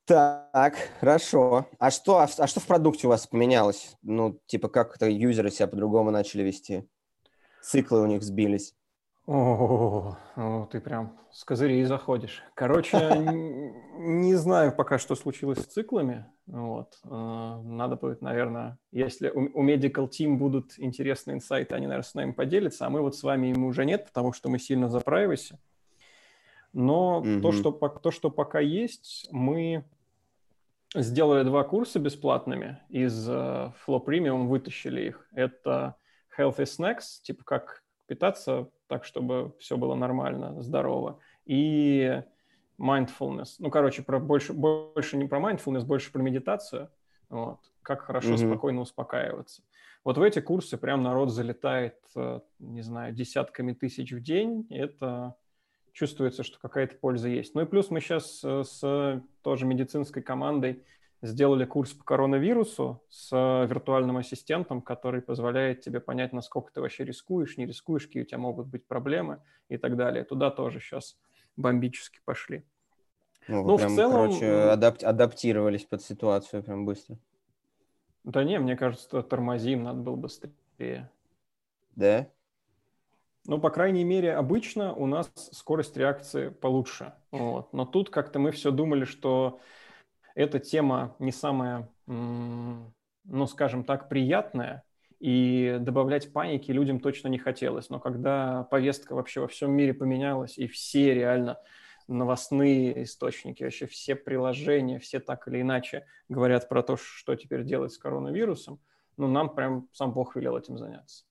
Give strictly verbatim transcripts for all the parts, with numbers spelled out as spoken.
Так, хорошо. А что, а, а что в продукте у вас поменялось? Ну, типа, как-то юзеры себя по-другому начали вести? Циклы у них сбились. О, о, ты прям с козырей заходишь. Короче, н- не знаю пока, что случилось с циклами. Вот. Э, Надо будет, наверное, если у у Medical Team будут интересные инсайты, они, наверное, с нами поделятся, а мы вот с вами им уже нет, потому что мы сильно за privacy. Но то, Угу, что, пок- то, что пока есть, мы сделали два курса бесплатными из э, Flow Premium, вытащили их. Это Healthy Snacks, типа как питаться так, чтобы все было нормально, здорово, и Mindfulness. Ну, короче, про больше, больше не про Mindfulness, больше про медитацию. Вот. Как хорошо, угу. спокойно успокаиваться. Вот в эти курсы прям народ залетает, э, не знаю, десятками тысяч в день. Это чувствуется, что какая-то польза есть. Ну и плюс мы сейчас э, с тоже медицинской командой сделали курс по коронавирусу с э, виртуальным ассистентом, который позволяет тебе понять, насколько ты вообще рискуешь, не рискуешь, какие у тебя могут быть проблемы и так далее. Туда тоже сейчас бомбически пошли. Ну, вы Ну, в прям, короче, целом, адап- адаптировались под ситуацию прям быстро. да не, мне кажется, тормозим, надо было быстрее. Да? Ну, по крайней мере, обычно у нас скорость реакции получше. Вот. Но тут как-то мы все думали, что эта тема не самая, ну, скажем так, приятная, и добавлять паники людям точно не хотелось. Но когда повестка вообще во всем мире поменялась, и все реально новостные источники, вообще все приложения, все так или иначе говорят про то, что теперь делать с коронавирусом, ну, нам прям сам Бог велел этим заняться.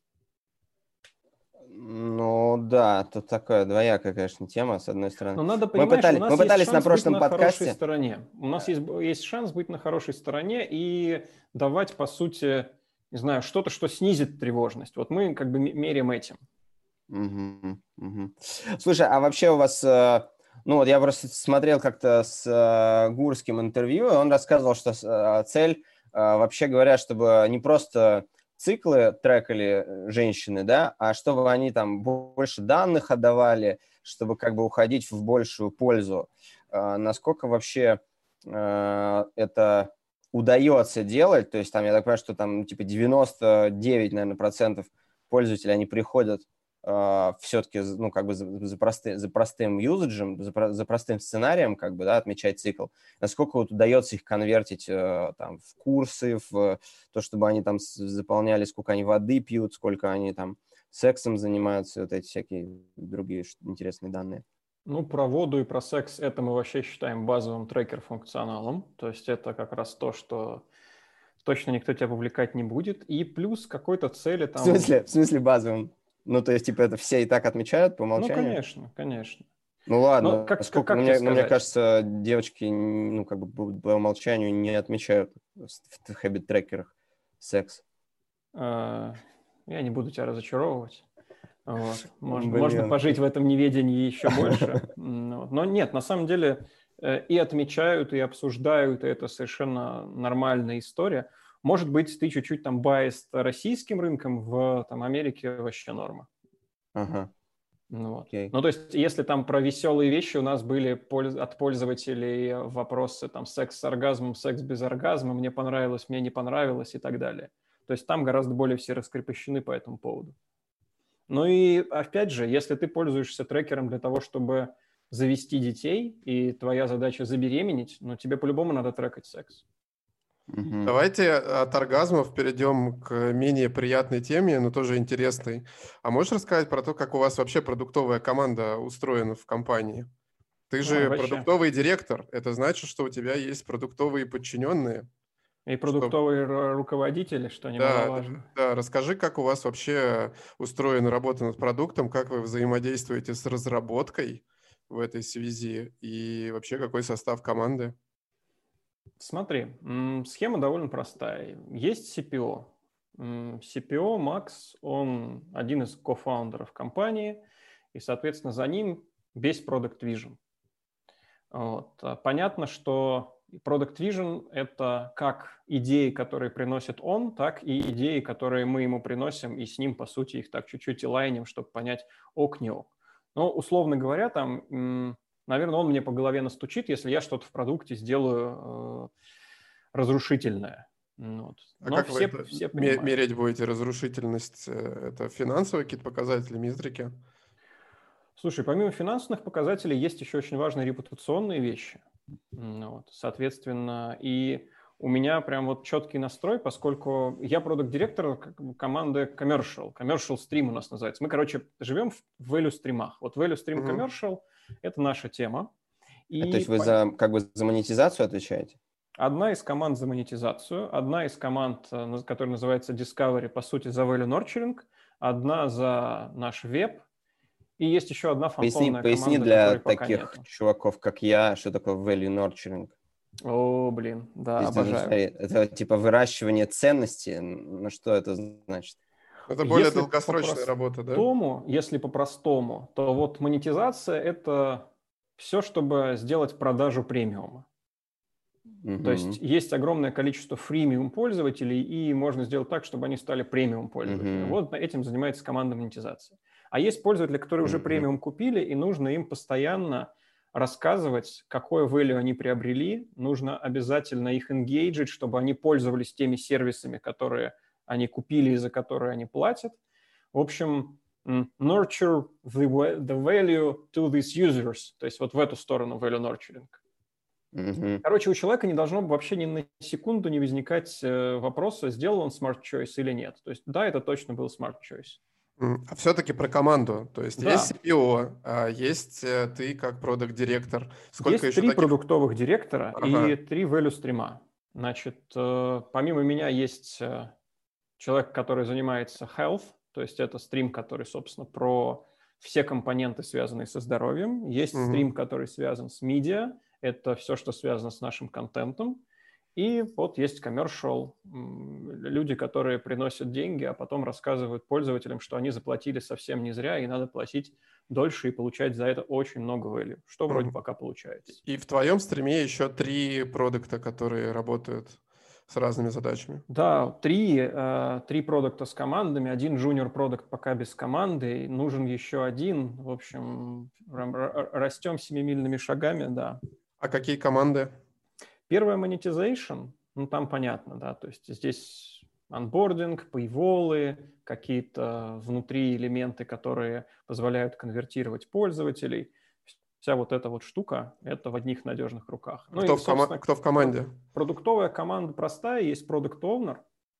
Ну, да, тут такая двоякая, конечно, тема, с одной стороны. Но надо Мы понимать, что у пытались, мы нас есть пытались на шанс быть прошлом на хорошей подкасте. стороне. У нас есть, есть шанс быть на хорошей стороне и давать, по сути, не знаю, что-то, что снизит тревожность. Вот мы как бы меряем этим. Мгм, мгм. Слушай, а вообще у вас, э, ну вот я просто смотрел как-то с э, Гурским интервью, и он рассказывал, что э, цель, э, вообще говоря, чтобы не просто циклы трекали э, женщины, да, а чтобы они там больше данных отдавали, чтобы как бы уходить в большую пользу. Э, Насколько вообще э, это удается делать? То есть там, я так понимаю, что там типа девяносто девять, наверное, процентов пользователей, они приходят все-таки, ну, как бы за, за, просты, за простым юзаджем, за, за простым сценарием, как бы, да, отмечать цикл, насколько вот удается их конвертить э, там в курсы, в то, чтобы они там заполняли, сколько они воды пьют, сколько они там сексом занимаются, вот эти всякие другие интересные данные. Ну, про воду и про секс это мы вообще считаем базовым трекер-функционалом. То есть это как раз то, что точно никто тебя вовлекать не будет. И плюс какой-то цели В там... смысле, в смысле базовым? Ну, то есть, типа, это все и так отмечают по Ну, умолчанию? конечно, конечно. Ну Но ладно, как, как, сколько, ну как тебе мне, ну, мне сказать? кажется, девочки, ну, как бы по по умолчанию не отмечают в хэббит-трекерах секс. Э, Я не буду тебя разочаровывать. Вот. Можно, можно Блин. пожить в этом неведении еще больше. М, вот. Но нет, на самом деле э, и отмечают, и обсуждают, и это совершенно нормальная история. Может быть, ты чуть-чуть там biased российским рынком, в там, Америке вообще норма. Ага, Ну, вот. окей. Ну, то есть, если там про веселые вещи у нас были польз- от пользователей вопросы там секс с оргазмом, секс без оргазма, мне понравилось, мне не понравилось и так далее. То есть там гораздо более все раскрепощены по этому поводу. Ну и опять же, если ты пользуешься трекером для того, чтобы завести детей, и твоя задача забеременеть, ну тебе по-любому надо трекать секс. Мгм. Давайте от оргазмов перейдем к менее приятной теме, но тоже интересной. А можешь рассказать про то, как у вас вообще продуктовая команда устроена в компании? Ты Ой, же вообще. продуктовый директор. Это значит, что у тебя есть продуктовые подчиненные. И Что... продуктовые ру- руководители, что Да, да, немаловажно. да, расскажи, как у вас вообще устроена работа над продуктом, как вы взаимодействуете с разработкой в этой связи и вообще какой состав команды? Смотри, м, схема довольно простая. Есть си пи о. М, си пи о Макс, он один из кофаундеров компании, и, соответственно, за ним весь Product Vision. Вот. А Понятно, что Product Vision – это как идеи, которые приносит он, так и идеи, которые мы ему приносим, и с ним, по сути, их так чуть-чуть и лайним, чтобы понять, ок, не ок. Но, условно говоря, там Наверное, он мне по голове настучит, если я что-то в продукте сделаю э, разрушительное. Вот. А Но как все, вы это все ме- понимают. мерять будете разрушительность? Э, Это финансовые какие-то показатели, метрики? Слушай, помимо финансовых показателей есть еще очень важные репутационные вещи. М, Вот, соответственно, и у меня прям вот четкий настрой, поскольку я продакт-директор как бы команды Commercial. Commercial Stream у нас называется. Мы, короче, живем в value стримах. Вот value stream Мгм. Commercial – это наша тема. А, То И есть вы по- за, как бы за монетизацию отвечаете? одна из команд за монетизацию, одна из команд, э, наз- которая называется Discovery, по сути, за value nurturing, одна за наш веб, и есть еще одна Поясни, фантомная поясни команда, для которой пока таких нету. чуваков, как я, что такое value nurturing. О, блин, То да, есть это, обожаю. смотри, это типа выращивание ценности. Ну что это значит? Это более Если долгосрочная работа, да? по-простому, если по-простому, то вот монетизация – это все, чтобы сделать продажу премиума. То есть Мгм. есть огромное количество фримиум пользователей, и можно сделать так, чтобы они стали премиум пользователями. Мгм. Вот этим занимается команда монетизации. А есть пользователи, которые уже Мгм. премиум купили, и нужно им постоянно рассказывать, какое value они приобрели. Нужно обязательно их engage, чтобы они пользовались теми сервисами, которые они купили и за которые они платят. В общем, м, nurture the, wa- the value to these users. То есть вот в эту сторону value nurturing. Мгм. Короче, у человека не должно вообще ни на секунду не возникать э, вопроса, сделал он smart choice или нет. То есть да, это точно был smart choice. М, А все-таки про команду. То есть есть Да, си пи о, а есть э, ты как продакт-директор. Сколько есть еще три таких? продуктовых директора и Ага. три value стрима. Значит, э, помимо меня есть э, человек, который занимается health, то есть это стрим, который, собственно, про все компоненты, связанные со здоровьем. Есть Мгм. стрим, который связан с медиа, это все, что связано с нашим контентом. И вот есть commercial, м, люди, которые приносят деньги, а потом рассказывают пользователям, что они заплатили совсем не зря, и надо платить дольше и получать за это очень много value, что вроде Мгм. пока получается. И в твоем стриме еще три продукта, которые работают с разными задачами. Да, три, э, три продукта с командами, один junior продукт пока без команды, нужен еще один. В общем, прям р- р- растем семимильными шагами, да. А какие команды? Первое monetization, ну там понятно, да, то есть здесь анбординг, paywall, какие-то внутри элементы, которые позволяют конвертировать пользователей. Вся вот эта вот штука, это в одних надежных руках. Ну Кто и, в, кома- собственно, кто в про- команде? продуктовая команда простая, есть product owner,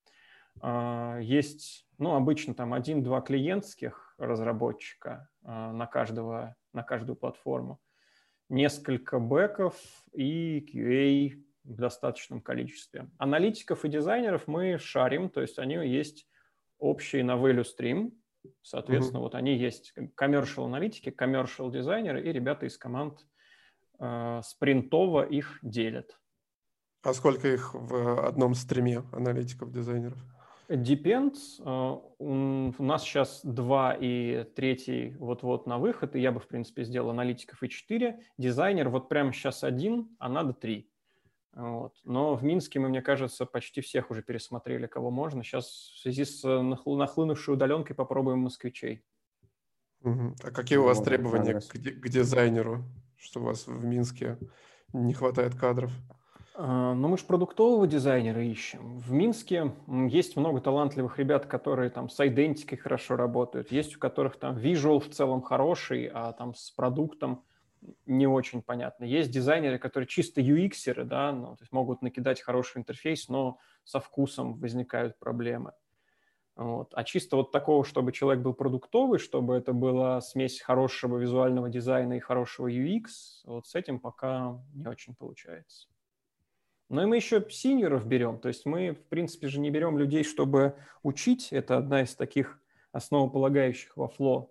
а, есть, ну, обычно там один-два клиентских разработчика а, на каждого, на каждую платформу, несколько бэков и кью эй в достаточном количестве. Аналитиков и дизайнеров мы шарим, то есть они есть общие на value stream, соответственно, Мгм. вот они есть commercial аналитики, commercial дизайнеры и ребята из команд э, спринтово их делят. А сколько их в одном стриме аналитиков, дизайнеров? Depends. Uh, У нас сейчас два и третий вот-вот на выход, и я бы, в принципе, сделал аналитиков и четыре. Дизайнер вот прямо сейчас один, а надо три. Вот. Но в Минске мы, мне кажется, почти всех уже пересмотрели, кого можно. Сейчас в связи с нахлы- нахлынувшей удаленкой попробуем москвичей. Мгм. А какие у вас Ну, требования адрес. к, ди- к дизайнеру, что у вас в Минске не хватает кадров? А, Ну, мы же продуктового дизайнера ищем. В Минске м, есть много талантливых ребят, которые там с идентикой хорошо работают. Есть у которых там visual в целом хороший, а там с продуктом не очень понятно. Есть дизайнеры, которые чисто ю экс-еры, да, ну, то есть могут накидать хороший интерфейс, но со вкусом возникают проблемы. Вот. А чисто вот такого, чтобы человек был продуктовый, чтобы это была смесь хорошего визуального дизайна и хорошего ю экс, вот с этим пока не очень получается. Но и мы еще синьоров берем, то есть мы, в принципе же, не берем людей, чтобы учить. Это одна из таких основополагающих во фло,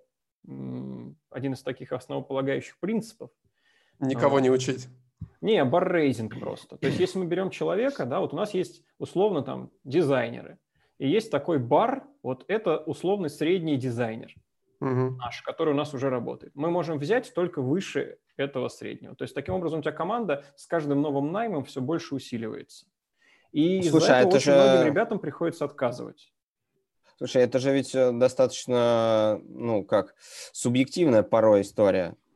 м, один из таких основополагающих принципов. Никого Вот. не учить. Не, баррейзинг просто. То есть если мы берем человека, да, вот у нас есть условно там дизайнеры, и есть такой бар, вот это условно средний дизайнер Мгм. наш, который у нас уже работает. Мы можем взять только выше этого среднего. То есть таким образом у тебя команда с каждым новым наймом все больше усиливается. И из-за Слушай, а этого это очень многим же, ребятам приходится отказывать. слушай, это же ведь э, достаточно, ну, как, субъективная порой история.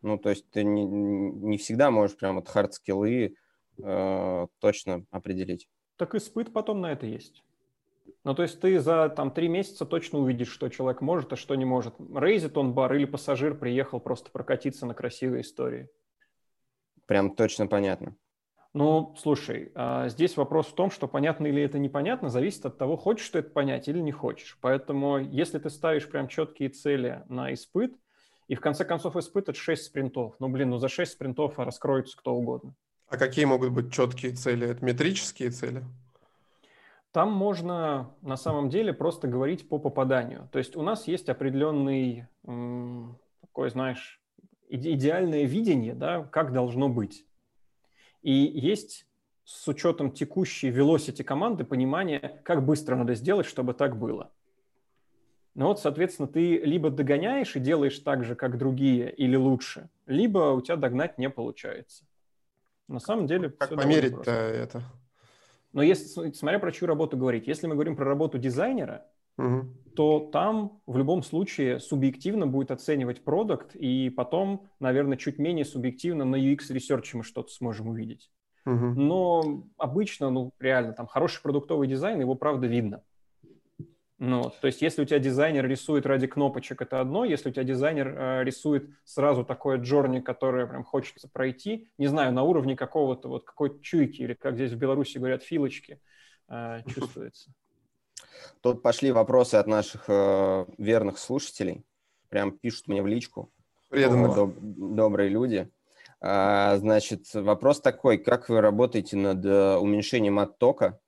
Ну, то есть ты не, не всегда можешь прям вот хард-скиллы э, точно определить. Так и спыт потом на это есть. Ну, то есть ты за там три месяца точно увидишь, что человек может, а что не может. Рейзит он бар или пассажир приехал просто прокатиться на красивой истории. Прям точно понятно. Ну, слушай, а здесь вопрос в том, что понятно или это непонятно, зависит от того, хочешь ты это понять или не хочешь. Поэтому если ты ставишь прям четкие цели на испыт, и в конце концов испыт — это шесть спринтов. Ну, блин, ну за шесть спринтов раскроется кто угодно. А какие могут быть четкие цели? Это метрические цели? Там можно на самом деле просто говорить по попаданию. То есть у нас есть определенный м, такой, знаешь, иде- идеальное видение, да, как должно быть. И есть с учетом текущей velocity команды понимание, как быстро надо сделать, чтобы так было. Ну вот, соответственно, ты либо догоняешь и делаешь так же, как другие, или лучше, либо у тебя догнать не получается. На самом деле Как все довольно померить-то просто. это? Но если, смотря про чью работу говорить, если мы говорим про работу дизайнера, Угу. то там в любом случае субъективно будет оценивать продукт, и потом, наверное, чуть менее субъективно на ю экс-ресерче мы что-то сможем увидеть. Угу. Но обычно, ну, реально, там хороший продуктовый дизайн, его правда видно. Ну, то есть если у тебя дизайнер рисует ради кнопочек, это одно. Если у тебя дизайнер э, рисует сразу такое джорни, которое прям хочется пройти, не знаю, на уровне какого-то вот какой-то чуйки, или как здесь в Беларуси говорят, филочки, э, чувствуется. Тут пошли вопросы от наших э, верных слушателей. Прям пишут мне в личку. Преданных. Доб- добрые люди. А, значит, вопрос такой. Как вы работаете над э, уменьшением оттока?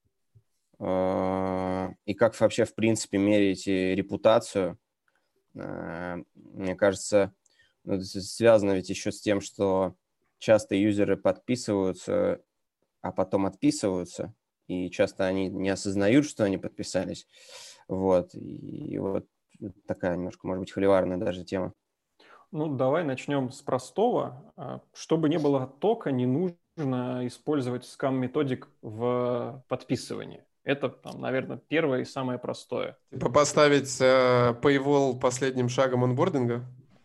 А, и как вообще, в принципе, меряете репутацию? А, мне кажется, ну, это связано ведь еще с тем, что часто юзеры подписываются, а потом отписываются. И часто они не осознают, что они подписались. Вот. И вот такая немножко, может быть, холиварная даже тема. Ну, давай начнем с простого. А, Чтобы не было оттока, не нужно использовать скам-методик в подписывании. Это, там, наверное, первое и самое простое. Типа поставить э, paywall последним шагом онбординга?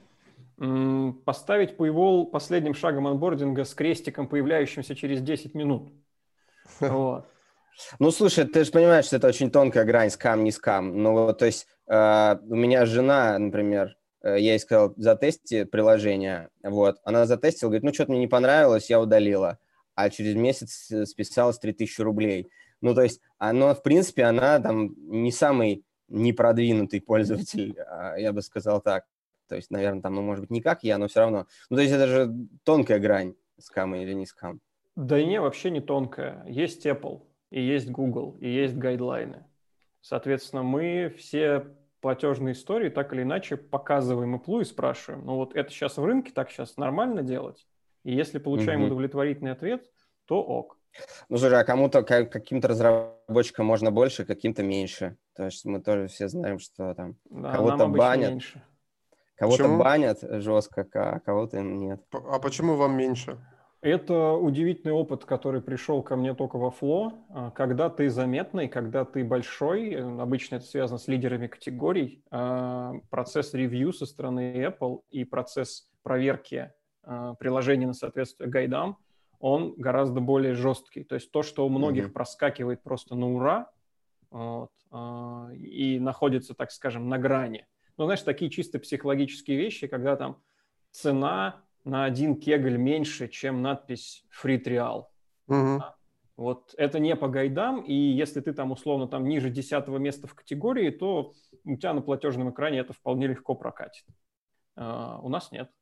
М, Поставить paywall последним шагом онбординга с крестиком, появляющимся через десять минут. Вот. Ну, слушай, ты же понимаешь, что это очень тонкая грань, скам, не скам. Ну, вот, то есть э, у меня жена, например, э, я ей сказал, затести приложение, вот, она затестила, говорит, ну, что-то мне не понравилось, я удалила, а через месяц списалось три тысячи рублей. Ну, то есть оно, в принципе, она там не самый непродвинутый пользователь, я бы сказал так. То есть, наверное, там, ну, может быть, не как я, но все равно. Ну, то есть это же тонкая грань, скам или не скам. Да и не, вообще не тонкая. Есть Apple, и есть Google, и есть гайдлайны. Соответственно, мы все платежные истории так или иначе показываем Apple и спрашиваем, ну вот это сейчас в рынке, так сейчас нормально делать? И если получаем Мгм. удовлетворительный ответ, то ок. Ну, слушай, а кому-то, как- каким-то разработчикам можно больше, каким-то меньше. То есть мы тоже все знаем, что там Да, нам кого-то обычно банят, меньше. кого-то Почему? банят жестко, а кого-то нет. П- А почему вам меньше? Это удивительный опыт, который пришел ко мне только во Flow. А, Когда ты заметный, когда ты большой, э, обычно это связано с лидерами категорий, а, процесс ревью со стороны Apple и процесс проверки а, приложений на соответствие гайдам, он гораздо более жесткий. То есть то, что у многих Мгм. проскакивает просто на ура, вот, а, и находится, так скажем, на грани. Ну, знаешь, такие чисто психологические вещи, когда там цена на один кегль меньше, чем надпись «free trial». Мгм. Вот это не по гайдам, и если ты там условно там ниже десятого места в категории, то у тебя на платежном экране это вполне легко прокатит. А, у нас нет.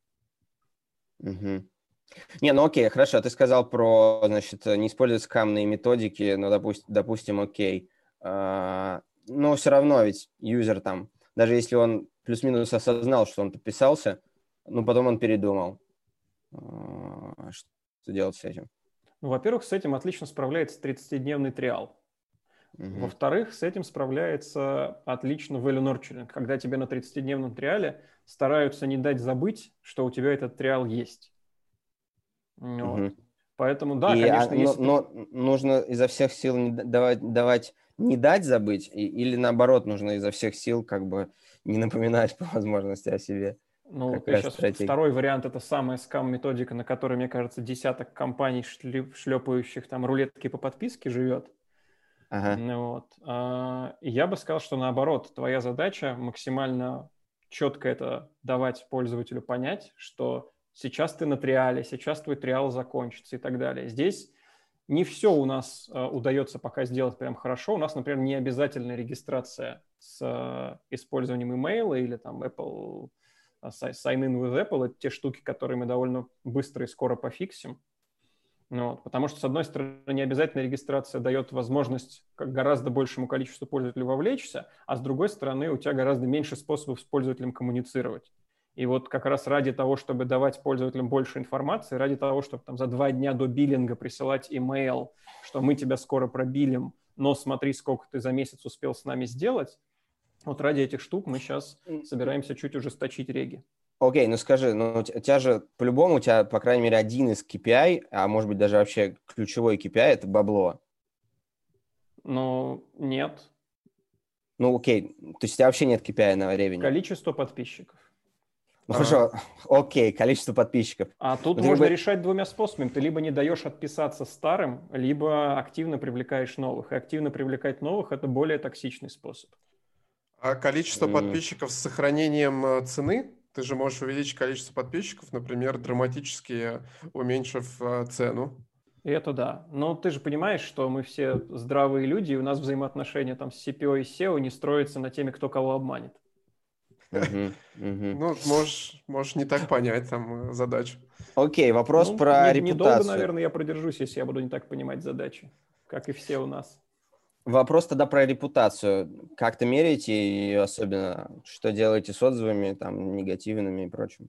Мгм. Не, ну окей, хорошо, ты сказал про, значит, не использовать скамные методики, ну, допустим, допустим, окей. А, но все равно ведь юзер там, даже если он плюс-минус осознал, что он подписался, ну, потом он передумал. А, что делать с этим? Ну, во-первых, с этим отлично справляется тридцатидневный триал. Мгм. Во-вторых, с этим справляется отлично value nurturing, когда тебе на тридцатидневном триале стараются не дать забыть, что у тебя этот триал есть. Вот. Мгм. Поэтому, да, И, а, конечно, но, если ты... но нужно изо всех сил не да- давать, давать не дать забыть, и- или наоборот, нужно изо всех сил как бы не напоминать по возможности о себе. Ну, ты Какая сейчас стратегия? второй вариант, это самая скам-методика, на которой, мне кажется, десяток компаний, шлеп- шлепающих там рулетки по подписке живет. Ага. Ну, вот. А, и я бы сказал, что наоборот, твоя задача максимально четко это давать пользователю понять, что сейчас ты на триале, сейчас твой триал закончится и так далее. Здесь не все у нас э, удается пока сделать прям хорошо. У нас, например, не обязательная регистрация с э, использованием имейла или там Apple, э, sign-in with Apple. Это те штуки, которые мы довольно быстро и скоро пофиксим. Ну, вот, потому что, с одной стороны, необязательная регистрация дает возможность как гораздо большему количеству пользователей вовлечься, а с другой стороны, у тебя гораздо меньше способов с пользователем коммуницировать. И вот как раз ради того, чтобы давать пользователям больше информации, ради того, чтобы там за два дня до биллинга присылать имейл, что мы тебя скоро пробилим, но смотри, сколько ты за месяц успел с нами сделать, вот ради этих штук мы сейчас собираемся чуть ужесточить реги. Окей, ну скажи, ну у тебя же по-любому, у тебя, по крайней мере, один из кей пи ай, а может быть даже вообще ключевой кей пи ай – это бабло. Ну, нет. Ну окей, то есть у тебя вообще нет кей пи ай на ревеню? Количество подписчиков. Ну хорошо, окей, количество подписчиков. А тут Ну, ты можно как бы- решать двумя способами. Ты либо не даешь отписаться старым, либо активно привлекаешь новых. И активно привлекать новых – это более токсичный способ. А количество М. подписчиков с сохранением э, цены? Ты же можешь увеличить количество подписчиков, например, драматически уменьшив э, цену. И это да. Но ты же понимаешь, что мы все здравые люди, и у нас взаимоотношения там с си пи о и сео не строятся на теме, кто кого обманет. Мгм, мгм. Ну, можешь, можешь не так понять там э, задачу. Окей, вопрос Ну, про не- недолго, репутацию. наверное, я продержусь, если я буду не так понимать задачи, как и все у нас. Вопрос тогда про репутацию. Как ты меряете ее особенно? Что делаете с отзывами, там, негативными и прочим?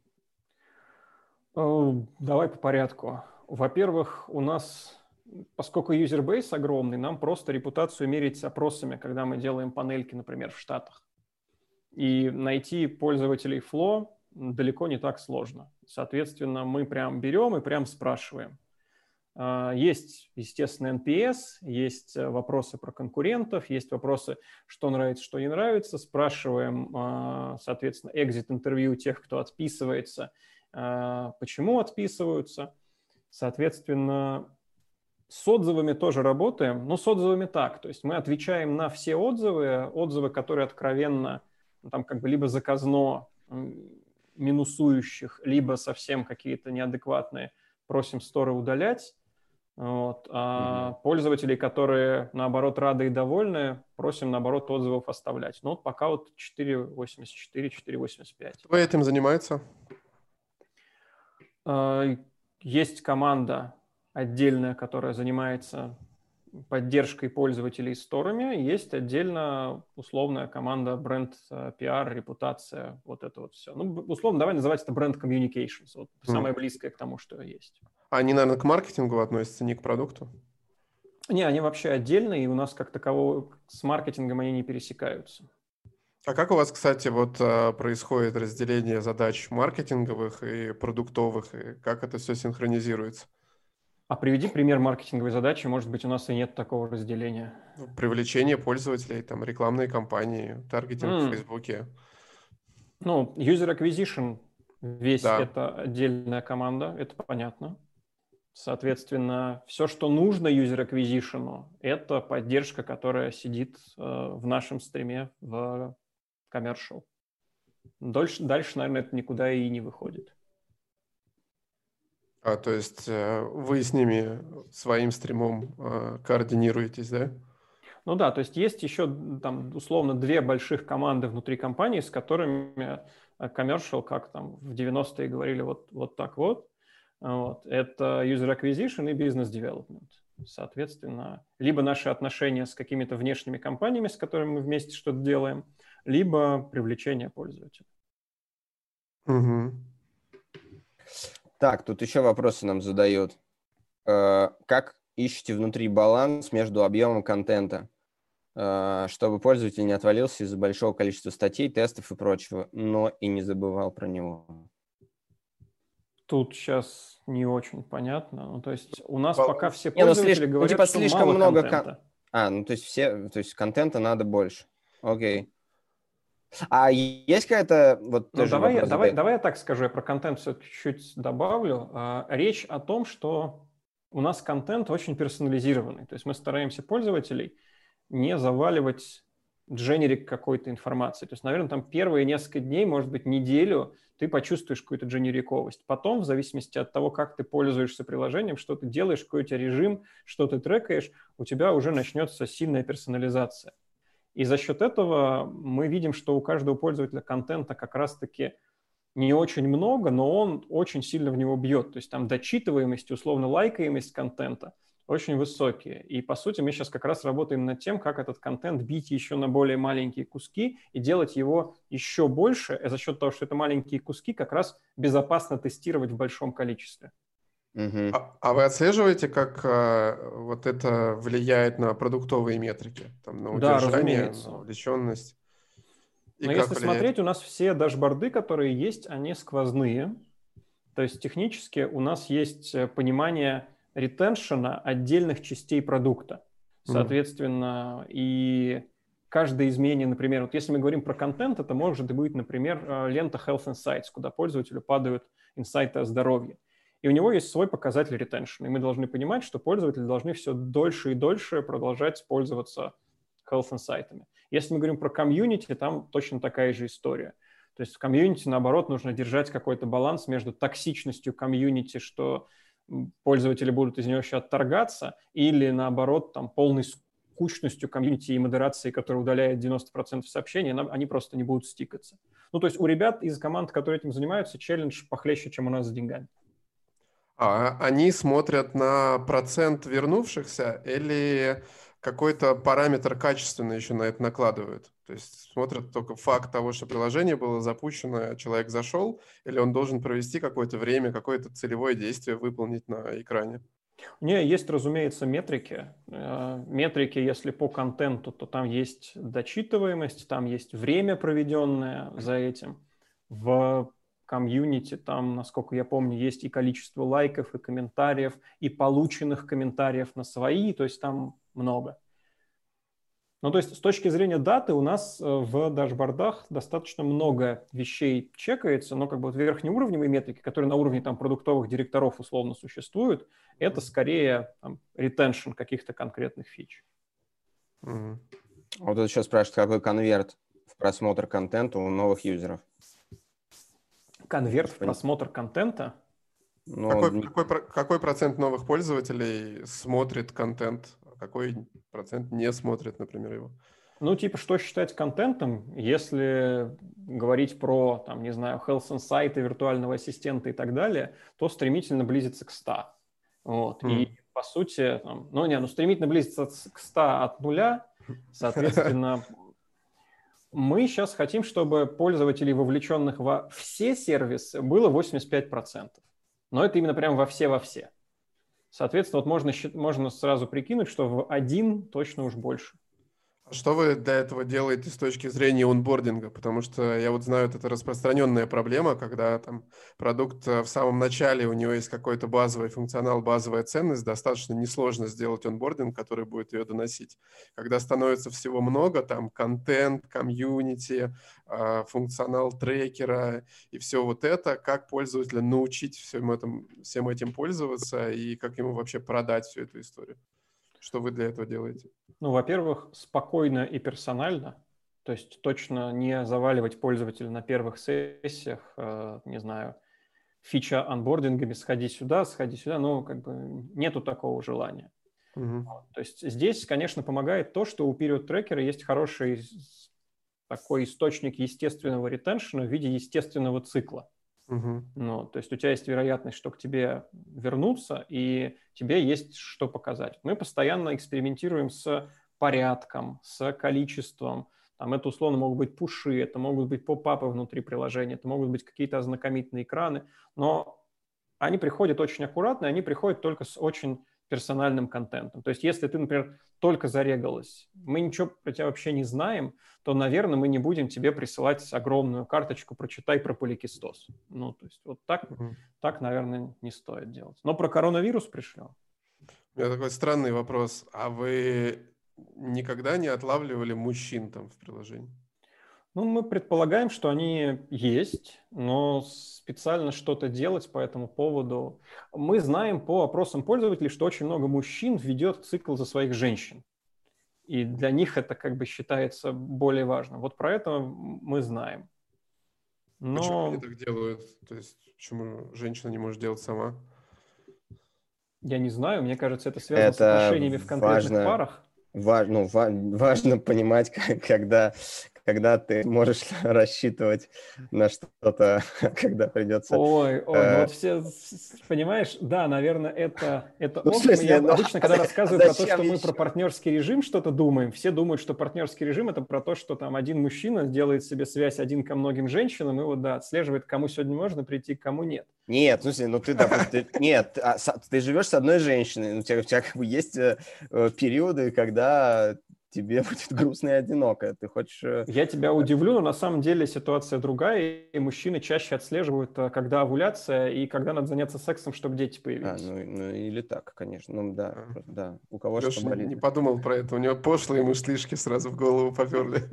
Э, Давай по порядку. Во-первых, у нас, поскольку юзербейс огромный, нам просто репутацию мерить опросами, когда мы делаем панельки, например, в Штатах. И найти пользователей Flow далеко не так сложно. Соответственно, мы прям берем и прям спрашиваем. А, Есть, естественно, эн пи эс, есть э, вопросы про конкурентов, есть вопросы, что нравится, что не нравится. Спрашиваем, а, соответственно, экзит-интервью тех, кто отписывается, а, почему отписываются. Соответственно, с отзывами тоже работаем, но с отзывами так. То есть мы отвечаем на все отзывы, отзывы, которые откровенно, ну, там как бы либо заказно м, минусующих, либо совсем какие-то неадекватные, просим сторы удалять. Вот. А Мгм. пользователей, которые, наоборот, рады и довольны, просим, наоборот, отзывов оставлять. Ну, вот пока вот четыре восемьдесят четыре, четыре восемьдесят пять. Кто этим занимается? А, Есть команда отдельная, которая занимается поддержкой пользователей сторами. Есть отдельно условная команда бренд, э, пиар, репутация, вот это вот все. Ну, б- условно, давай называть это бренд communications, вот самое близкое к тому, что есть. Они, наверное, к маркетингу относятся, не к продукту. Не, они вообще отдельные, и у нас как такового с маркетингом они не пересекаются. А как у вас, кстати, вот а, происходит разделение задач маркетинговых и продуктовых, и как это все синхронизируется? А приведи пример маркетинговой задачи, может быть, у нас и нет такого разделения. Ну, привлечение пользователей, там, рекламные кампании, таргетинг в М, Фейсбуке. Ну, user acquisition весь Да. это отдельная команда, это понятно. Соответственно, все, что нужно user acquisition, это поддержка, которая сидит э, в нашем стриме в commercial. Дальше, дальше, наверное, это никуда и не выходит. А, то есть э, вы с ними своим стримом э, координируетесь, да? Ну да, то есть есть еще там условно две больших команды внутри компании, с которыми э, commercial, как там в девяностые говорили, вот, вот так вот. Вот. Это user acquisition и business development. Соответственно, либо наши отношения с какими-то внешними компаниями, с которыми мы вместе что-то делаем, либо привлечение пользователя. Угу. Так, тут еще вопросы нам задают. Э, Как ищете внутри баланс между объемом контента, э, чтобы пользователь не отвалился из-за большого количества статей, тестов и прочего, но и не забывал про него? Тут сейчас не очень понятно. Ну, то есть у нас Баланс. пока все Не, ну, пользователи слишком, ну, говорят, типа, что слишком мало много кон- контента. А, ну то есть все, то есть контента надо больше. Окей. А есть какая-то, вот Ну, тоже давай, я- вопрос давай, задать. давай я так скажу, я про контент все-таки чуть добавлю. А, Речь о том, что у нас контент очень персонализированный. То есть мы стараемся пользователей не заваливать дженерик какой-то информации. То есть, наверное, там первые несколько дней, может быть, неделю ты почувствуешь какую-то дженериковость. Потом, в зависимости от того, как ты пользуешься приложением, что ты делаешь, какой у тебя режим, что ты трекаешь, у тебя уже начнется сильная персонализация. И за счет этого мы видим, что у каждого пользователя контента как раз-таки не очень много, но он очень сильно в него бьет. То есть там дочитываемость, условно лайкаемость контента очень высокие. И по сути мы сейчас как раз работаем над тем, как этот контент бить еще на более маленькие куски и делать его еще больше, и за счет того, что это маленькие куски, как раз безопасно тестировать в большом количестве. Мгм. А, а вы отслеживаете, как а, вот это влияет на продуктовые метрики, там, на Да, удержание, на разумеется. вовлеченность? И Но как если влияет? смотреть, у нас все дашборды, которые есть, они сквозные. То есть технически у нас есть э, понимание ретеншена отдельных частей продукта. Мгм. Соответственно, и каждое изменение, например, вот если мы говорим про контент, это может быть, например, э, лента Health Insights, куда пользователю падают инсайты о здоровье. И у него есть свой показатель ретеншена. И мы должны понимать, что пользователи должны все дольше и дольше продолжать пользоваться Health Insight'ами. Если мы говорим про комьюнити, там точно такая же история. То есть в комьюнити, наоборот, нужно держать какой-то баланс между токсичностью комьюнити, что пользователи будут из него еще отторгаться, или, наоборот, там, полной скучностью комьюнити и модерации, которая удаляет девяносто процентов сообщений, они просто не будут стикаться. Ну, то есть у ребят из команд, которые этим занимаются, челлендж похлеще, чем у нас с деньгами. А они смотрят на процент вернувшихся или какой-то параметр качественно еще на это накладывают? То есть смотрят только факт того, что приложение было запущено, человек зашел, или он должен провести какое-то время, какое-то целевое действие выполнить на экране? У нее есть, разумеется, метрики. Э, Метрики, если по контенту, то там есть дочитываемость, там есть время, проведенное за этим. В комьюнити там, насколько я помню, есть и количество лайков, и комментариев, и полученных комментариев на свои, то есть там много. Ну, то есть с точки зрения даты у нас э, в дашбордах достаточно много вещей чекается, но как бы вот верхнеуровневые метрики, которые на уровне там продуктовых директоров условно существуют, это скорее там, ретеншн каких-то конкретных фич. Мгм. Вот тут еще спрашивают, какой конверт в просмотр контента у новых юзеров. Конверт в Пон- просмотр контента. Ну, Какой, не- какой, про- какой процент новых пользователей смотрит контент, а какой процент не смотрит, например, его? Ну, типа, что считать контентом, если говорить про, там, не знаю, Health Insight, виртуального ассистента и так далее, то стремительно близится к ста. Вот. И, Мгм. по сути, там, ну, не, ну, стремительно близится к ста от нуля, соответственно, мы сейчас хотим, чтобы пользователей, вовлеченных во все сервисы, было восемьдесят пять процентов. Но это именно прям во все-во все. Соответственно, вот можно, счит- можно сразу прикинуть, что в один точно уж больше. А что вы для этого делаете с точки зрения онбординга? Потому что я вот знаю, это распространенная проблема, когда там продукт э, в самом начале, у него есть какой-то базовый функционал, базовая ценность, достаточно несложно сделать онбординг, который будет ее доносить. Когда становится всего много, там контент, комьюнити, э, функционал трекера и все вот это, как пользователя научить всем этим, всем этим пользоваться и как ему вообще продать всю эту историю? Что вы для этого делаете? Ну, во-первых, спокойно и персонально, то есть точно не заваливать пользователя на первых сессиях, э, не знаю, фича анбордингами, сходи сюда, сходи сюда, ну, как бы нету такого желания. Мгм. То есть здесь, конечно, помогает то, что у Period Tracker есть хороший такой источник естественного ретеншена в виде естественного цикла. Мгм. Ну, то есть у тебя есть вероятность, что к тебе вернутся, и тебе есть что показать. Мы постоянно экспериментируем с порядком, с количеством. Там это условно могут быть пуши, это могут быть поп-апы внутри приложения, это могут быть какие-то ознакомительные экраны, но они приходят очень аккуратно, и они приходят только с очень персональным контентом. То есть если ты, например, только зарегалась, мы ничего про тебя вообще не знаем, то, наверное, мы не будем тебе присылать огромную карточку «прочитай про поликистоз». Ну, то есть вот так, Мгм. так, наверное, не стоит делать. Но про коронавирус пришлем. У меня такой странный вопрос. А вы никогда не отлавливали мужчин там в приложении? Ну, мы предполагаем, что они есть, но специально что-то делать по этому поводу. Мы знаем по опросам пользователей, что очень много мужчин ведет цикл за своих женщин. И для них это как бы считается более важным. Вот про это мы знаем. Но... Почему они так делают? То есть почему женщина не может делать сама? Я не знаю, мне кажется, это связано Это с отношениями в конкретных важно, парах. Ва- ну, ва- важно понимать, как- когда, когда ты можешь рассчитывать на что-то, когда придется... Ой, ой, ну э, вот все, с- с- понимаешь, да, наверное, это, это Ну, в ок. Мы- Я смысле, ну, обычно, а когда за- а рассказываю про то, зачем что мы про еще? партнерский режим что-то думаем, все думают, что партнерский режим – это про то, что там один мужчина делает себе связь один ко многим женщинам и вот, да, отслеживает, кому сегодня можно прийти, кому нет. Нет, в смысле, ну ты, допустим, ты- нет, а с- ты живешь с одной женщиной, у тебя, у тебя как бы есть э, э, периоды, когда тебе будет грустно и одиноко, ты хочешь... э, Я тебя удивлю, но на самом деле ситуация другая, и мужчины чаще отслеживают, а, когда овуляция и когда надо заняться сексом, чтобы дети А, появились. ну, ну или так, конечно, ну да, А. просто да, у кого что Леша не, болит. не подумал про это. У него пошлые мыслишки сразу в голову поперли.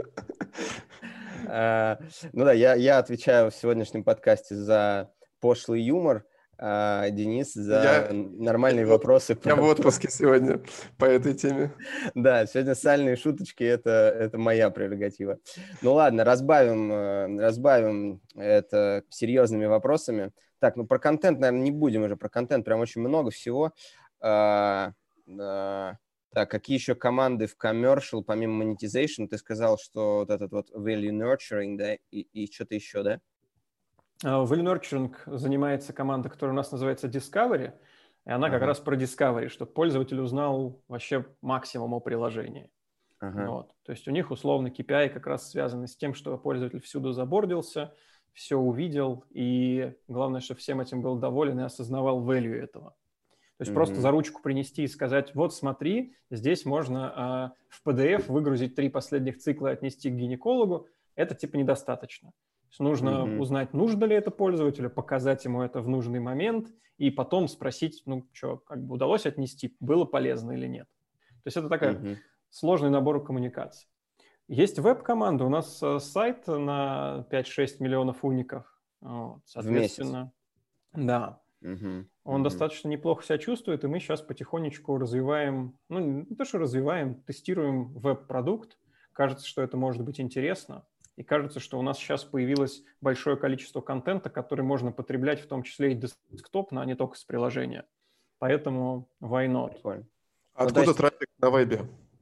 А, Ну да, я, я отвечаю в сегодняшнем подкасте за пошлый юмор, а Денис за Я, нормальные я, вопросы. я в про- отпуске сегодня по этой теме. Да, сегодня сальные шуточки это, это моя прерогатива. Ну ладно, разбавим, э, разбавим это серьезными вопросами. Так, ну про контент, наверное, не будем уже. Про контент прям очень много всего. А, а, Так, какие еще команды в commercial, помимо monetization? Ты сказал, что вот этот вот value nurturing, да, и, и что-то еще, да? А, Value Nurturing занимается команда, которая у нас называется Discovery, и она как Ага. раз про Discovery, чтобы пользователь узнал вообще максимум о приложении. Ага. Вот. То есть у них условно кей пи ай как раз связаны с тем, что пользователь всюду забордился, все увидел, и главное, чтобы всем этим был доволен и осознавал value этого. То есть Мгм. просто за ручку принести и сказать, вот смотри, здесь можно а, в пи ди эф выгрузить три последних цикла и отнести к гинекологу, это типа недостаточно. То есть нужно Мгм. узнать, нужно ли это пользователю, показать ему это в нужный момент и потом спросить, ну что, как бы удалось отнести, было полезно или нет. То есть это такой Мгм. сложный набор коммуникаций. Есть веб-команда, у нас э, сайт на пять-шесть миллионов уников. Вот, соответственно, да. Мгм. Он Мгм. достаточно неплохо себя чувствует, и мы сейчас потихонечку развиваем, ну, не то, что развиваем, тестируем веб-продукт. Кажется, что это может быть интересно. И кажется, что у нас сейчас появилось большое количество контента, который можно потреблять, в том числе и десктопно, а не только с приложения. Поэтому why not? Прикольно. Откуда есть- трафик на вебе?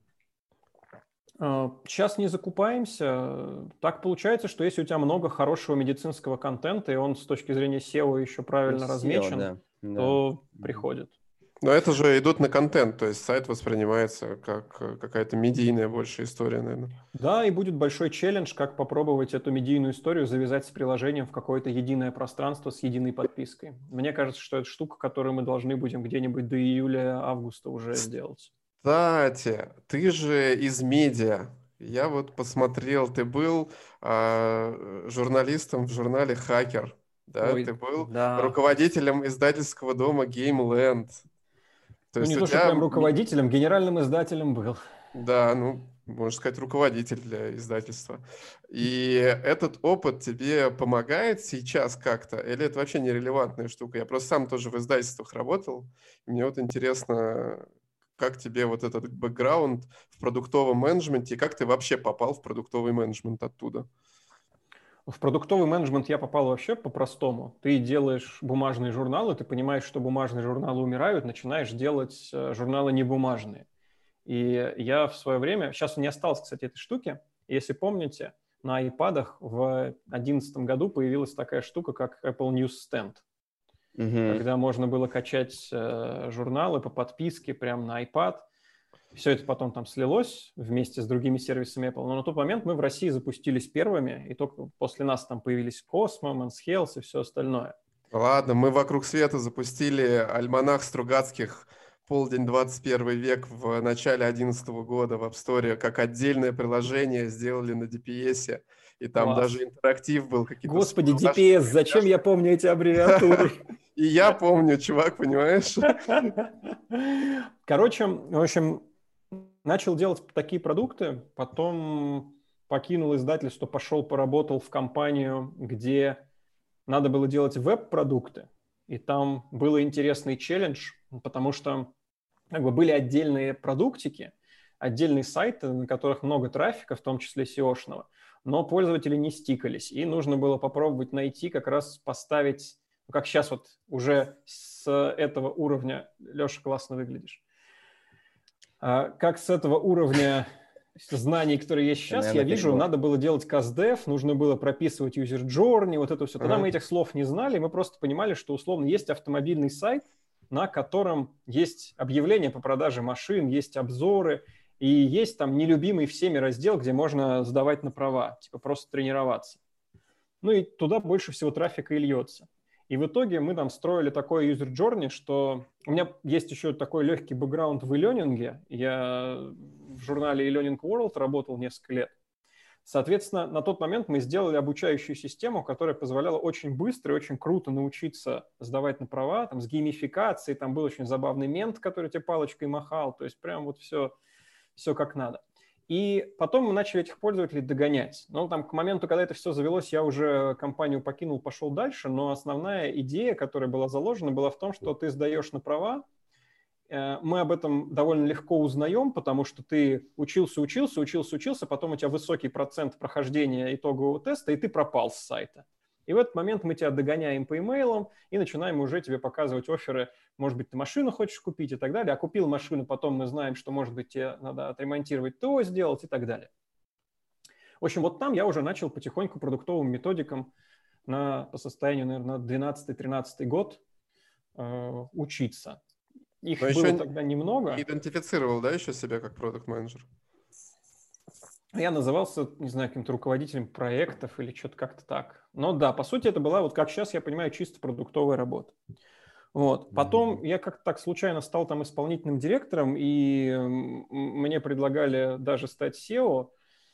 А, Сейчас не закупаемся. Так получается, что если у тебя много хорошего медицинского контента, и он с точки зрения сео еще правильно Ну, сео, размечен, да, да. то Мгм. приходит. Но это же идут на контент, то есть сайт воспринимается как э, какая-то медийная больше история, наверное. Да, и будет большой челлендж, как попробовать эту медийную историю завязать с приложением в какое-то единое пространство с единой подпиской. Мне кажется, что это штука, которую мы должны будем где-нибудь до июля-августа уже сделать. Кстати, ты же из медиа. Я вот посмотрел, ты был а, журналистом в журнале «Хакер», да? Ой, Ты был да. руководителем издательского дома GameLand. То Ну, есть не у то, что тебя, прям м- руководителем, генеральным издателем был. да, ну, можно сказать, руководитель для издательства. И этот опыт тебе помогает сейчас как-то? Или это вообще нерелевантная штука? Я просто сам тоже в издательствах работал. И мне вот интересно, как тебе вот этот бэкграунд в продуктовом менеджменте, и как ты вообще попал в продуктовый менеджмент оттуда? В продуктовый менеджмент я попал вообще по-простому. Ты делаешь бумажные журналы, ты понимаешь, что бумажные журналы умирают, начинаешь делать э, журналы небумажные. И я в свое время, сейчас не осталось, кстати, этой штуки, если помните, на айпадах в две тысячи одиннадцатом году появилась такая штука, как Apple Newsstand, Мгм. когда можно было качать э, журналы по подписке прямо на iPad. Все это потом там слилось вместе с другими сервисами Apple. Но на тот момент мы в России запустились первыми, и только после нас там появились Cosmo, Men's Health и все остальное. Ладно, мы вокруг света запустили альманах Стругацких «Полдень двадцать первый век» в начале две тысячи одиннадцатого года в App Store как отдельное приложение сделали на ди пи эс, и там Класс. даже интерактив был, какие-то Господи, супер ди пи эс, зачем я помню эти аббревиатуры? И я помню, чувак, понимаешь? Короче, в общем, начал делать такие продукты, потом покинул издательство, пошел поработал в компанию, где надо было делать веб-продукты. И там был интересный челлендж, потому что как бы были отдельные продуктики, отдельные сайты, на которых много трафика, в том числе сеошного, но пользователи не стикались. И нужно было попробовать найти, как раз поставить, ну, как сейчас вот уже с этого уровня, Леша, классно выглядишь, а, как с этого уровня знаний, которые есть сейчас, я вижу, надо было делать каздев, нужно было прописывать user journey, вот это все. Тогда uh-huh. мы этих слов не знали, мы просто понимали, что условно есть автомобильный сайт, на котором есть объявления по продаже машин, есть обзоры, и есть там нелюбимый всеми раздел, где можно сдавать на права, типа просто тренироваться. Ну и туда больше всего трафика и льется. И в итоге мы там строили такой user journey, что у меня есть еще такой легкий бэкграунд в e-learning. Я в журнале e-learning World работал несколько лет. Соответственно, на тот момент мы сделали обучающую систему, которая позволяла очень быстро и очень круто научиться сдавать на права, там, с геймификацией, там был очень забавный мент, который тебе палочкой махал, то есть прям вот все, все как надо. И потом мы начали этих пользователей догонять. Ну, там, к моменту, когда это все завелось, я уже компанию покинул, пошел дальше, но основная идея, которая была заложена, была в том, что ты сдаешь на права. Мы об этом довольно легко узнаем, потому что ты учился, учился, учился, учился, потом у тебя высокий процент прохождения итогового теста, и ты пропал с сайта. И в этот момент мы тебя догоняем по имейлам и начинаем уже тебе показывать офферы. Может быть, ты машину хочешь купить и так далее. А купил машину, потом мы знаем, что, может быть, тебе надо отремонтировать ТО сделать и так далее. В общем, вот там я уже начал потихоньку продуктовым методикам на, по состоянию, наверное, на двенадцатый-тринадцатый год э, учиться. Их Но было еще тогда немного. Не идентифицировал, да, еще себя как продакт-менеджер? Я назывался, не знаю, каким-то руководителем проектов или что-то как-то так. Но да, по сути, это была, вот как сейчас я понимаю, чисто продуктовая работа. Вот. Потом mm-hmm. я как-то так случайно стал там исполнительным директором, и мне предлагали даже стать сео,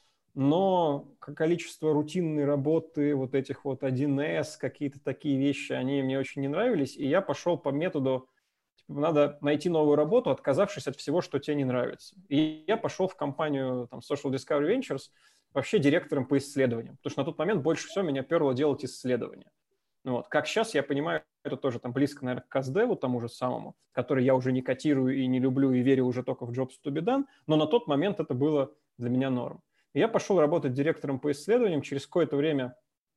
но количество рутинной работы, вот этих вот один эс, какие-то такие вещи, они мне очень не нравились, и я пошел по методу, типа, надо найти новую работу, отказавшись от всего, что тебе не нравится. И я пошел в компанию там, Social Discovery Ventures вообще директором по исследованиям, потому что на тот момент больше всего меня перло делать исследования. Вот. Как сейчас я понимаю, это тоже там близко, наверное, к каздеву тому же самому, который я уже не котирую и не люблю, и верю уже только в jobs to be done, но на тот момент это было для меня норм. И я пошел работать директором по исследованиям, через какое-то время...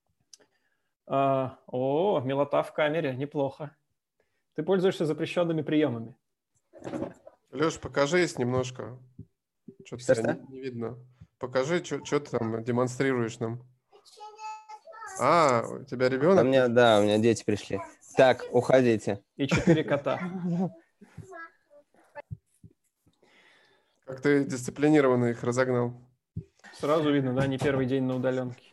А, о, милота в камере, неплохо. Ты пользуешься запрещенными приемами. Леш, покажись немножко. Что-то тебя не, не видно. Покажи, что ты там демонстрируешь нам. А, у тебя ребенок? У меня, да, у меня дети пришли. Так, уходите. И четыре кота. Как ты дисциплинированно их разогнал. Сразу видно, да, не первый день на удаленке.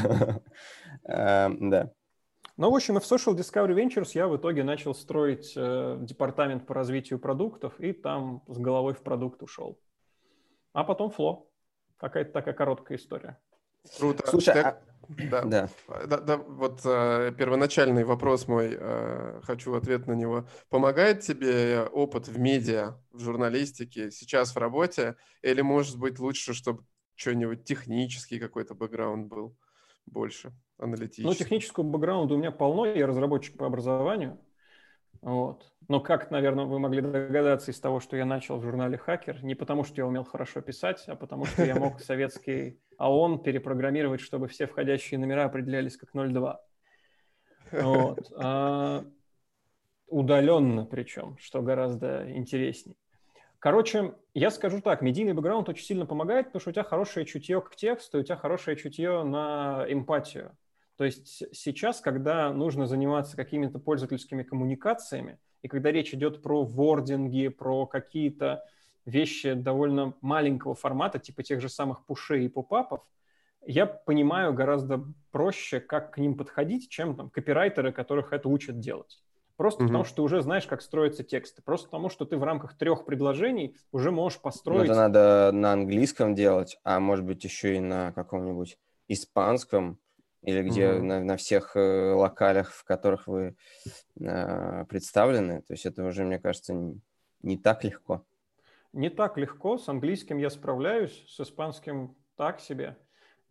Да. Ну, в общем, и в Social Discovery Ventures я в итоге начал строить э, департамент по развитию продуктов, и там с головой в продукт ушел. А потом Фло. Какая-то такая короткая история. Круто. Слушай, так, а... да. Да. Да, да, вот э, первоначальный вопрос мой, э, хочу ответ на него. Помогает тебе опыт в медиа, в журналистике, сейчас в работе, или, может быть, лучше, чтобы что-нибудь технический какой-то бэкграунд был больше? Аналитический. Ну, технического бэкграунда у меня полно, я разработчик по образованию. Вот. Но как, наверное, вы могли догадаться из того, что я начал в журнале «Хакер», не потому что я умел хорошо писать, а потому что я мог советский ООН перепрограммировать, чтобы все входящие номера определялись как ноль два. Вот. А удаленно причем, что гораздо интереснее. Короче, я скажу так, медийный бэкграунд очень сильно помогает, потому что у тебя хорошее чутье к тексту, у тебя хорошее чутье на эмпатию. То есть сейчас, когда нужно заниматься какими-то пользовательскими коммуникациями, и когда речь идет про вординги, про какие-то вещи довольно маленького формата, типа тех же самых пушей и попапов, я понимаю гораздо проще, как к ним подходить, чем там копирайтеры, которых это учат делать. Просто mm-hmm. потому, что ты уже знаешь, как строятся тексты. Просто потому, что ты в рамках трех предложений уже можешь построить... Это надо на английском делать, а может быть еще и на каком-нибудь испанском, или где mm-hmm. на, на всех э, локалях, в которых вы э, представлены. То есть это уже, мне кажется, не, не так легко. Не так легко. С английским я справляюсь, с испанским так себе.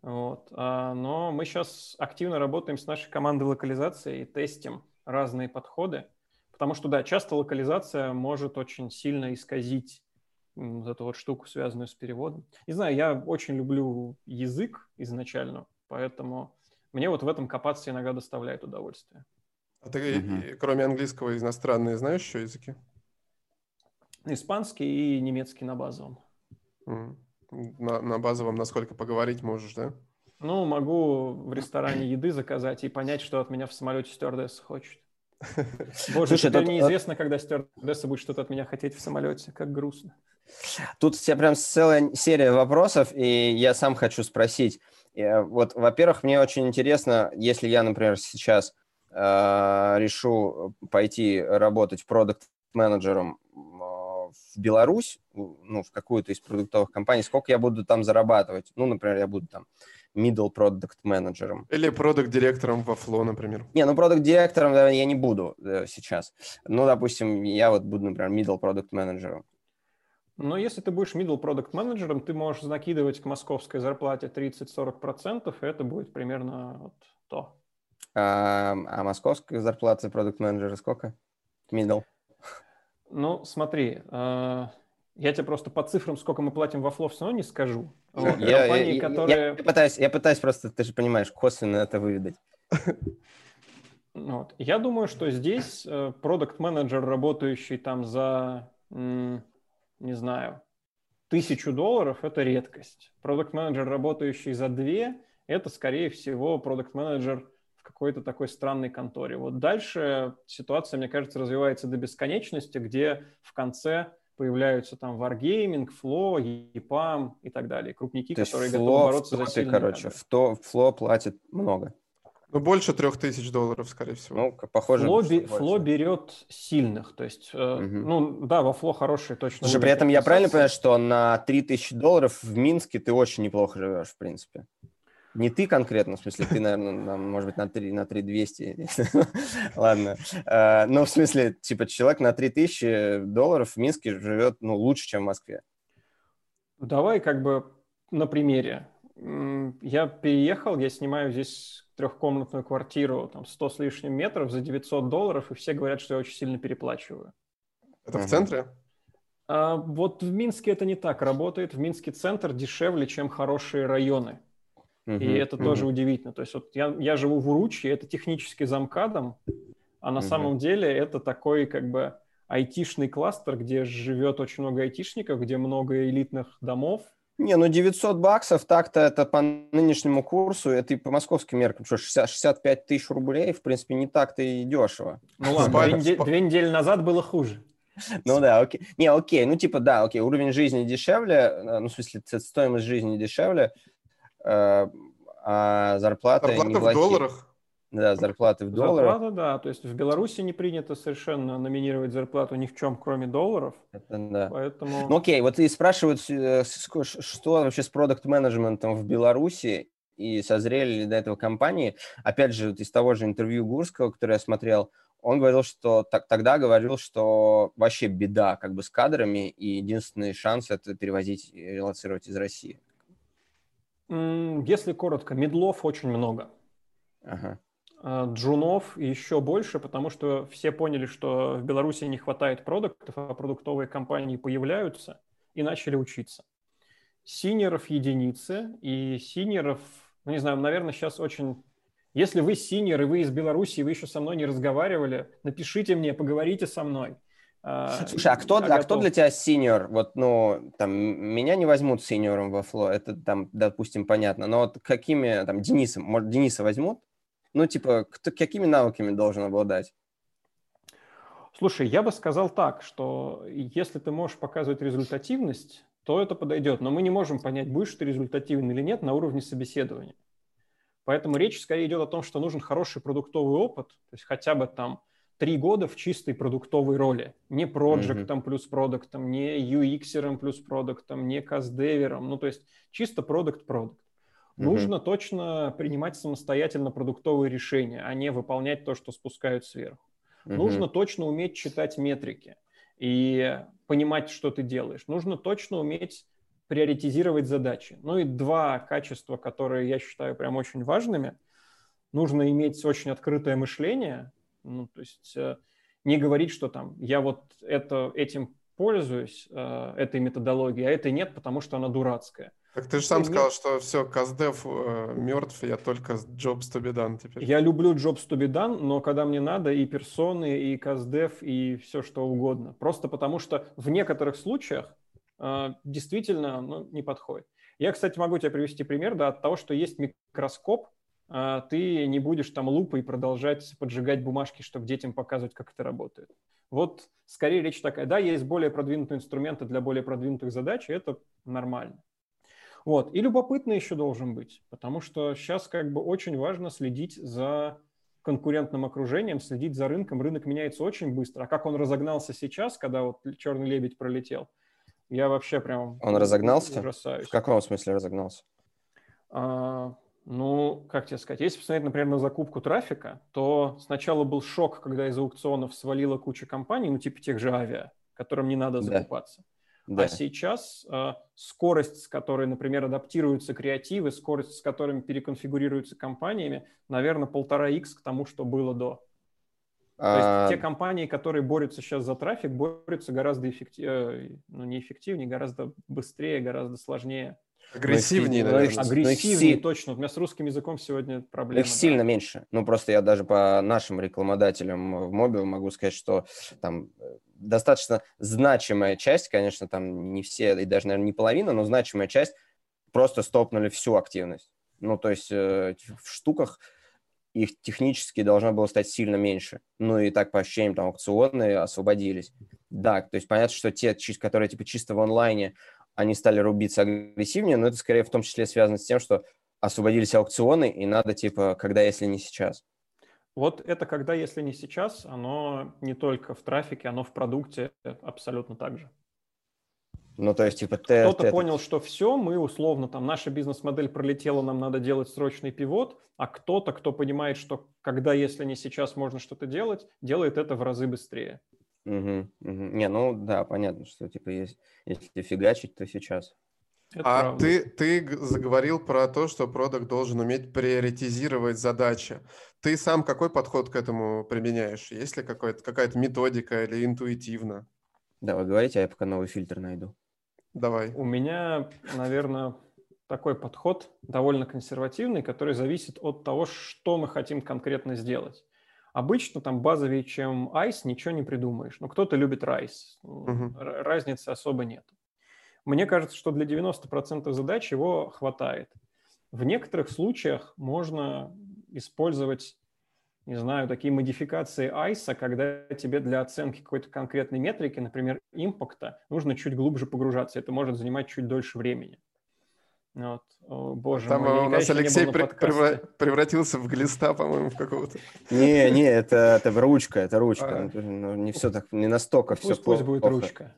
Вот. А, но мы сейчас активно работаем с нашей командой локализации и тестим разные подходы, потому что, да, часто локализация может очень сильно исказить м, вот эту вот штуку, связанную с переводом. Не знаю, я очень люблю язык изначально, поэтому мне вот в этом копаться иногда доставляет удовольствие. А ты, Мгм. и, кроме английского, иностранные знаешь еще языки? Испанский и немецкий на базовом. М. На, на базовом насколько поговорить можешь, да? Ну, могу в ресторане еды заказать и понять, что от меня в самолете стюардесса хочет. Боже, Слушай, теперь тут, э, неизвестно, когда стюардесса будет что-то от меня хотеть в самолете. Как грустно. тут у тебя прям целая серия вопросов, и я сам хочу спросить. Э, Вот, во-первых, мне очень интересно, если я, например, сейчас э, решу пойти работать продакт-менеджером э, в Беларусь, у- ну, в какую-то из продуктовых компаний, сколько я буду там зарабатывать? Ну, например, я буду там middle product менеджером. Или продакт-директором во Flow, например. Не, ну, продакт-директором да, я не буду э, сейчас. Ну, допустим, я вот буду, например, middle product менеджером. Но если ты будешь middle product менеджером, ты можешь накидывать к московской зарплате тридцать-сорок процентов, и это будет примерно вот то. А, а московская зарплата продукт-менеджера сколько? Middle. Ну, смотри, э, я тебе просто по цифрам, сколько мы платим во Flow, все равно не скажу. Вот. Я, я, Компании, я, которые... я пытаюсь, я пытаюсь просто, ты же понимаешь, косвенно это выведать. Вот. Я думаю, что здесь э, продакт-менеджер, работающий там за, м, не знаю, тысячу долларов – это редкость. Продакт-менеджер, работающий за две, это, скорее всего, продакт-менеджер в какой-то такой странной конторе. Вот дальше ситуация, мне кажется, развивается до бесконечности, где в конце появляются там Wargaming, Flow, и пам и так далее. Крупники, То есть которые готовы фло в бороться за топе, сильные короче, кадры. в то, фло платит много. Ну, больше трех тысяч долларов, скорее всего. Ну, к- похоже, Фло, что бе- Фло больше. берет сильных, то есть, э, Мгм. ну да, во Фло хороший точно Слушай, при уровень этом я правильно понимаю, компенсации. что на три тысячи долларов в Минске ты очень неплохо живешь, в принципе? Не ты конкретно, в смысле, ты, наверное, на- может быть, на три, на три двести. Ладно. Э, Но в смысле, типа, человек на три тысячи долларов в Минске живет, ну, лучше, чем в Москве. Давай как бы на примере. М, Я переехал, я снимаю здесь трехкомнатную квартиру, там сто с лишним метров за девятьсот долларов, и все говорят, что я очень сильно переплачиваю. Это в Мгм. центре? А вот в Минске это не так работает. В Минске центр дешевле, чем хорошие районы. И Мгм. это тоже Мгм. удивительно. То есть вот я, я живу в Уручье, это технически замкадом, а на Мгм. самом деле это такой как бы айтишный кластер, где живет очень много айтишников, где много элитных домов. Не, ну девятьсот баксов, так-то это по нынешнему курсу, это и по московским меркам, что шестьдесят, шестьдесят пять тысяч рублей, в принципе, не так-то и дешево. Ну ладно, две, Спа- неде- спа- две недели назад было хуже. Ну да, окей. Не, окей, ну типа да, окей, уровень жизни дешевле, э, ну в смысле ц- стоимость жизни дешевле, э, а зарплаты Зарплата в неплохие. долларах? Да, зарплаты в долларах. Зарплата, да. То есть в Беларуси не принято совершенно номинировать зарплату ни в чем, кроме долларов. Это да. Ну Поэтому, окей, вот и спрашивают, э, ск- ш- что вообще с продакт-менеджментом в Беларуси, и созрели ли до этого компании. Опять же, вот из того же интервью Гурского, которое я смотрел, он говорил, что так, тогда говорил, что вообще беда как бы с кадрами, и единственный шанс это перевозить и релоцировать из России. м, если коротко, медлов очень много. Ага. А джунов еще больше, потому что все поняли, что в Беларуси не хватает продуктов, а продуктовые компании появляются и начали учиться. Синьоров единицы, и синьоров, ну не знаю, наверное, сейчас очень... Если вы синьор, и вы из Беларуси, и вы еще со мной не разговаривали, напишите мне, поговорите со мной. А, Слушай, а кто, Я а кто готов. для тебя синьор? Вот, ну, там, м- меня не возьмут синьором во Фло, это там, допустим, понятно. Но вот какими, там, Дениса, может, Дениса возьмут? Ну, типа, кто, какими навыками должен обладать? Слушай, я бы сказал так, что если ты можешь показывать результативность, то это подойдет. Но мы не можем понять, будешь ты результативен или нет на уровне собеседования. Поэтому речь скорее идет о том, что нужен хороший продуктовый опыт, то есть хотя бы там три года в чистой продуктовой роли. Не Мгм. проектом плюс продуктом, не ю экс-ером плюс продуктом, не каздевером. Ну, то есть чисто продукт-продукт. Мгм. Нужно точно принимать самостоятельно продуктовые решения, а не выполнять то, что спускают сверху. Мгм. Нужно точно уметь читать метрики и понимать, что ты делаешь. Нужно точно уметь приоритизировать задачи. Ну и два качества, которые я считаю прям очень важными. Нужно иметь очень открытое мышление, ну, то есть э, не говорить, что там я вот это, этим пользуюсь, э, этой методологией, а этой нет, потому что она дурацкая. Так ты же сам сказал, что все, Каздев э, мертв, я только Jobs to be done теперь. Я люблю Jobs to be done, но когда мне надо, и персоны, и Каздев, и все что угодно. Просто потому что в некоторых случаях э, действительно ну, не подходит. Я, кстати, могу тебе привести пример, да, от того, что есть микроскоп, э, ты не будешь там лупой продолжать поджигать бумажки, чтобы детям показывать, как это работает. Вот скорее речь такая, да, есть более продвинутые инструменты для более продвинутых задач, и это нормально. Вот. И любопытно еще должен быть, потому что сейчас как бы очень важно следить за конкурентным окружением, следить за рынком. Рынок меняется очень быстро. А как он разогнался сейчас, когда вот черный лебедь пролетел, я вообще прям Он разогнался? ужасаюсь. В каком смысле разогнался? А, ну, как тебе сказать, если посмотреть, например, на закупку трафика, то сначала был шок, когда из аукционов свалила куча компаний, ну типа тех же Авиа, которым не надо закупаться. Да. А сейчас э, скорость, с которой, например, адаптируются креативы, скорость, с которыми переконфигурируются компаниями, наверное, полтора икс к тому, что было до. А... То есть те компании, которые борются сейчас за трафик, борются гораздо эффективнее, ну не эффективнее, гораздо быстрее, гораздо сложнее. Агрессивнее, наверное. Ну, агрессивнее, точно. У меня с русским языком сегодня проблема. Их сильно да. меньше. Ну, просто я даже по нашим рекламодателям в Мобил могу сказать, что там достаточно значимая часть, конечно, там не все, и даже, наверное, не половина, но значимая часть просто стопнули всю активность. Ну, то есть э, в штуках их технически должно было стать сильно меньше. Ну, и так, по ощущениям, там аукционы освободились. Да, то есть понятно, что те, которые типа чисто в онлайне, они стали рубиться агрессивнее, но это скорее в том числе связано с тем, что освободились аукционы, и надо типа когда, если не сейчас. Вот это когда, если не сейчас, оно не только в трафике, оно в продукте абсолютно так же. Ну, то есть, типа, кто-то понял, что все, мы условно, там, наша бизнес-модель пролетела, нам надо делать срочный пивот, а кто-то, кто понимает, что когда, если не сейчас, можно что-то делать, делает это в разы быстрее. Угу, угу. Не, ну да, понятно, что типа есть, если фигачить, то сейчас. Это а ты, ты заговорил про то, что продакт должен уметь приоритизировать задачи. Ты сам какой подход к этому применяешь? Есть ли какая-то методика или интуитивно? Давай, говорите, а я пока новый фильтр найду. Давай. У меня, наверное, такой подход довольно консервативный, который зависит от того, что мы хотим конкретно сделать. Обычно там базовее, чем айс, ничего не придумаешь. Но кто-то любит райс. Угу. Разницы особо нет. Мне кажется, что для девяноста процентов задач его хватает. В некоторых случаях можно использовать, не знаю, такие модификации айса, когда тебе для оценки какой-то конкретной метрики, например, импакта, нужно чуть глубже погружаться. Это может занимать чуть дольше времени. Вот. О, боже Там мой, у нас Алексей прев... превратился в глиста, по-моему, в какого-то. Не, не, это, это ручка, это ручка. А. Ну, не все так, не настолько пусть, все плохо. Пусть будет ручка.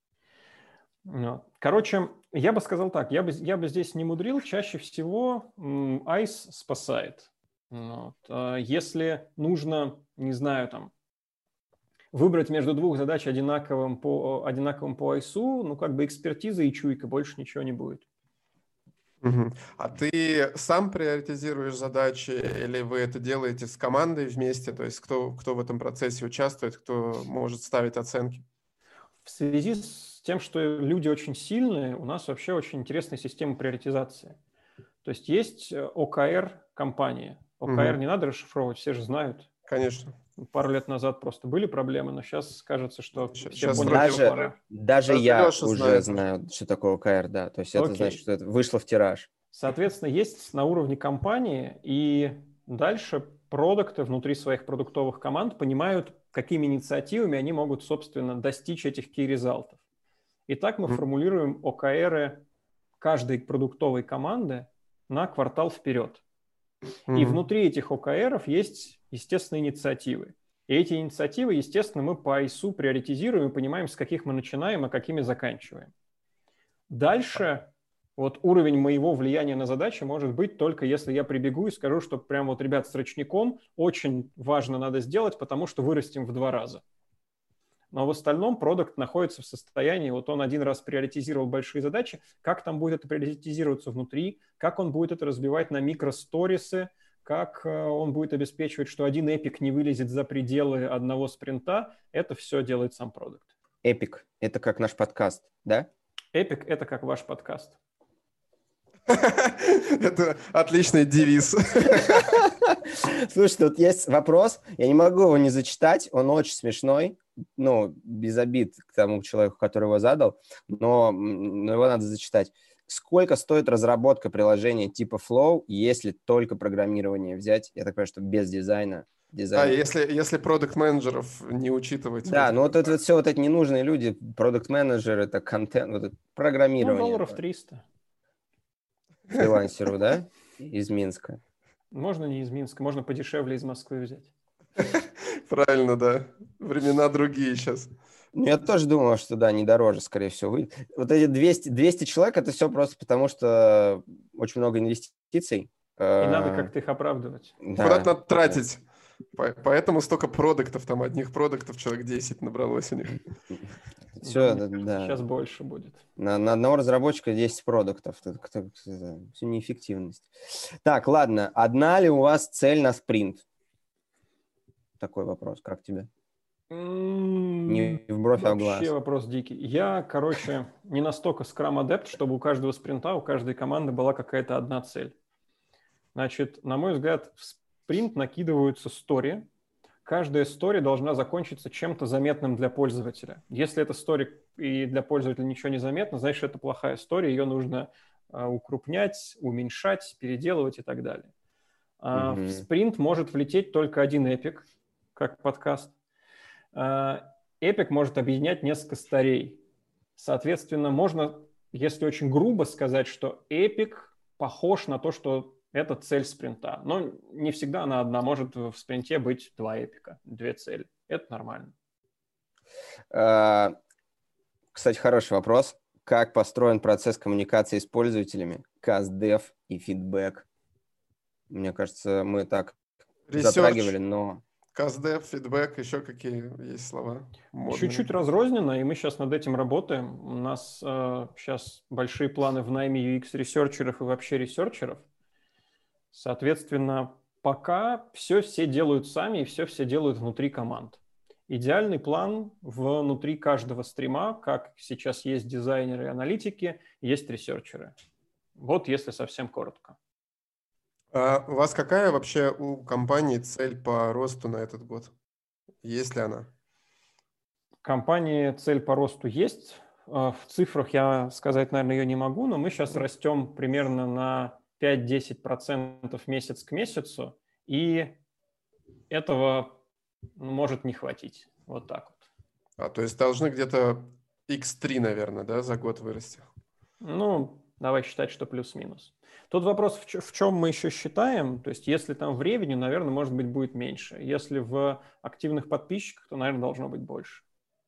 Вот. Короче, я бы сказал так, я бы, я бы здесь не мудрил, чаще всего айс спасает. Вот. Если нужно, не знаю, там, выбрать между двух задач одинаковым по, одинаковым по айсу, ну, как бы экспертиза и чуйка, больше ничего не будет. Угу. А ты сам приоритизируешь задачи или вы это делаете с командой вместе? То есть кто, кто в этом процессе участвует, кто может ставить оценки? В связи с тем, что люди очень сильные, у нас вообще очень интересная система приоритизации. То есть есть о ка эр-компании. о ка эр угу. Не надо расшифровывать, все же знают. Конечно. Пару лет назад просто были проблемы, но сейчас кажется, что сейчас все поняли, даже, что пора. Даже я Леша уже знает. знаю, что такое о ка эр, да. То есть это Окей. значит, что это вышло в тираж. Соответственно, есть на уровне компании, и дальше продукты внутри своих продуктовых команд понимают, какими инициативами они могут, собственно, достичь этих key-результатов. И так мы mm-hmm. формулируем о ка эр каждой продуктовой команды на квартал вперед. Mm-hmm. И внутри этих о ка эр есть, естественно, инициативы. И эти инициативы, естественно, мы по айсу приоритизируем и понимаем, с каких мы начинаем, а какими заканчиваем. Дальше вот уровень моего влияния на задачи может быть только если я прибегу и скажу, что прям вот, ребят, с ручником очень важно надо сделать, потому что вырастем в два раза. но в остальном продукт находится в состоянии, вот он один раз приоритизировал большие задачи, как там будет это приоритизироваться внутри, как он будет это разбивать на микросторисы, как он будет обеспечивать, что один эпик не вылезет за пределы одного спринта, это все делает сам продукт. Эпик — это как наш подкаст, да? Эпик — это как ваш подкаст. Это отличный девиз. Слушай, тут есть вопрос, я не могу его не зачитать, он очень смешной, ну, без обид к тому человеку, который его задал, но, но его надо зачитать. Сколько стоит разработка приложения типа Flow, если только программирование взять? Я так понимаю, что без дизайна. А если, если продакт-менеджеров не учитывать? Да, вот ну вот это вот все вот эти ненужные люди, продакт-менеджеры, это контент, вот это программирование. Ну, долларов триста. Фрилансеру, да? Из Минска. Можно не из Минска, можно подешевле из Москвы взять. Правильно, да. Времена другие сейчас. Ну, я тоже думал, что да, не дороже, скорее всего, выйдет. Вот эти двести, двести человек, это все просто потому, что очень много инвестиций. И надо как-то их оправдывать. Да. Куда-то надо тратить. Поэтому столько продуктов, там одних продуктов человек десять набралось у них. Все, да, да. Сейчас больше будет. На, на одного разработчика десять продуктов. Это, это, это все неэффективность. Так, ладно. Одна ли у вас цель на спринт? Такой вопрос. Как тебе? Не в бровь, а в глаз. Вообще вопрос дикий. Я, короче, не настолько скрам-адепт, чтобы у каждого спринта, у каждой команды была какая-то одна цель. Значит, на мой взгляд, в спринт накидываются стори. Каждая стори должна закончиться чем-то заметным для пользователя. Если эта стори и для пользователя ничего не заметно, значит, это плохая стори, ее нужно uh, укрупнять, уменьшать, переделывать и так далее. Uh, mm-hmm. В спринт может влететь только один эпик, как подкаст. Uh, эпик может объединять несколько сторей. Соответственно, можно, если очень грубо сказать, что эпик похож на то, что это цель спринта. Но не всегда она одна. Может в спринте быть два эпика, две цели. Это нормально. Кстати, хороший вопрос. Как построен процесс коммуникации с пользователями? Cast-dev и фидбэк. Мне кажется, мы так Research, затрагивали, но... Cast-dev, фидбэк, еще какие есть слова? Модные. Чуть-чуть разрозненно, и мы сейчас над этим работаем. У нас э, сейчас большие планы в найме ю экс-ресерчеров и вообще ресерчеров. Соответственно, пока все все делают сами и все все делают внутри команд. Идеальный план внутри каждого стрима, как сейчас есть дизайнеры и аналитики, есть ресерчеры. Вот если совсем коротко. А у вас какая вообще у компании цель по росту на этот год? Есть ли она? Компании цель по росту есть. В цифрах я сказать, наверное, ее не могу, но мы сейчас растем примерно на пять-десять процентов месяц к месяцу, и этого может не хватить. Вот так вот. А, то есть должны где-то икс три, наверное, да, за год вырасти? Ну, давай считать, что плюс-минус. Тут вопрос, в, ч- в чем мы еще считаем. То есть если там в ревеню, наверное, может быть, будет меньше. Если в активных подписчиках, то, наверное, должно быть больше.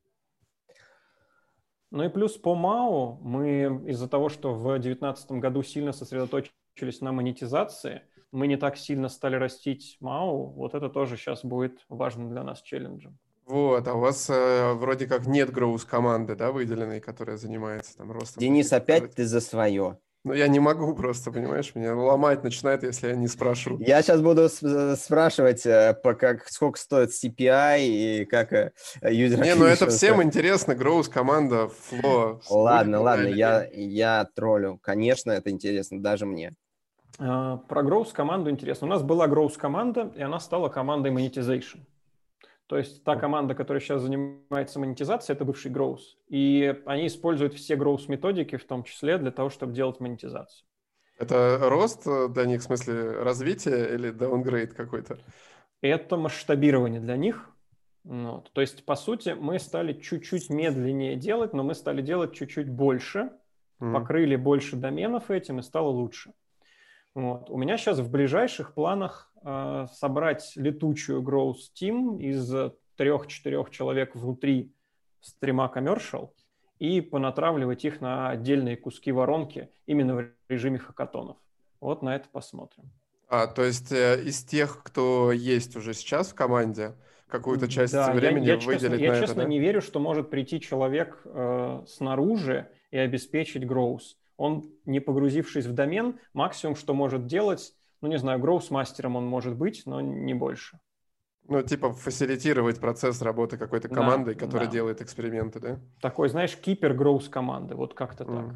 Ну и плюс по МАУ мы из-за того, что в две тысячи девятнадцатом году сильно сосредоточились на монетизации, мы не так сильно стали растить МАУ. Вот это тоже сейчас будет важным для нас челленджем. Вот, а у вас э, вроде как нет гроус команды, да, выделенной, которая занимается там ростом. Денис, опять ты за свое. Ну, я не могу просто, понимаешь, меня ломать начинает, если я не спрошу. Я сейчас буду спрашивать, по как, сколько стоит си пи ай и как user Не, ну это всем интересно, гроус команда, фло. Ладно, ладно, я, я троллю. Конечно, это интересно, даже мне. Uh, про гроус команду интересно. У нас была гроус команда, и она стала командой monetization. То есть та команда, которая сейчас занимается монетизацией, это бывший Growth. И они используют все Growth-методики, в том числе для того, чтобы делать монетизацию. Это рост для них, в смысле развитие или даунгрейд какой-то? Это масштабирование для них. Вот. То есть, по сути, мы стали чуть-чуть медленнее делать, но мы стали делать чуть-чуть больше, mm. покрыли больше доменов этим, и стало лучше. Вот. У меня сейчас в ближайших планах э, собрать летучую Growth Team из трех-четырех человек внутри стрима Commercial и понатравливать их на отдельные куски воронки именно в режиме хакатонов. Вот на это посмотрим. А, то есть э, из тех, кто есть уже сейчас в команде, какую-то часть Да, времени я, я, честно, выделить я на это, честно да? не верю, что может прийти человек э, снаружи и обеспечить growth. Он, не погрузившись в домен, максимум, что может делать, ну, не знаю, growth-мастером он может быть, но не больше. Ну, типа фасилитировать процесс работы какой-то Да, командой, которая да. делает эксперименты, да? Такой, знаешь, кипер growth команды, вот как-то М, так.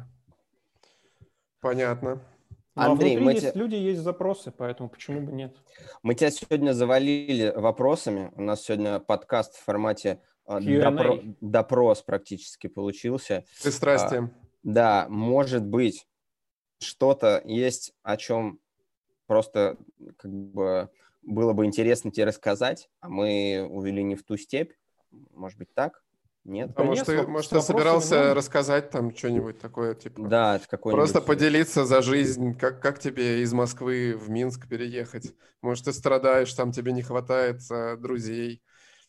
Понятно. Ну, а Андрей, внутри мы, есть те- люди, есть запросы, поэтому почему бы нет? мы тебя сегодня завалили вопросами. У нас сегодня подкаст в формате э, Q and допро- A. допрос практически получился. С А, пристрастием. да, может быть, что-то есть, о чем просто как бы было бы интересно тебе рассказать, а мы увели не в ту степь. Может быть, так? Нет? А Да может, нет, с, ты, воп- с может, ты вопросами собирался норм. рассказать там что-нибудь такое, типа, Да, это просто какой-нибудь... э, поделиться за жизнь, как, как тебе из Москвы в Минск переехать? Может, ты страдаешь, там тебе не хватает а, друзей?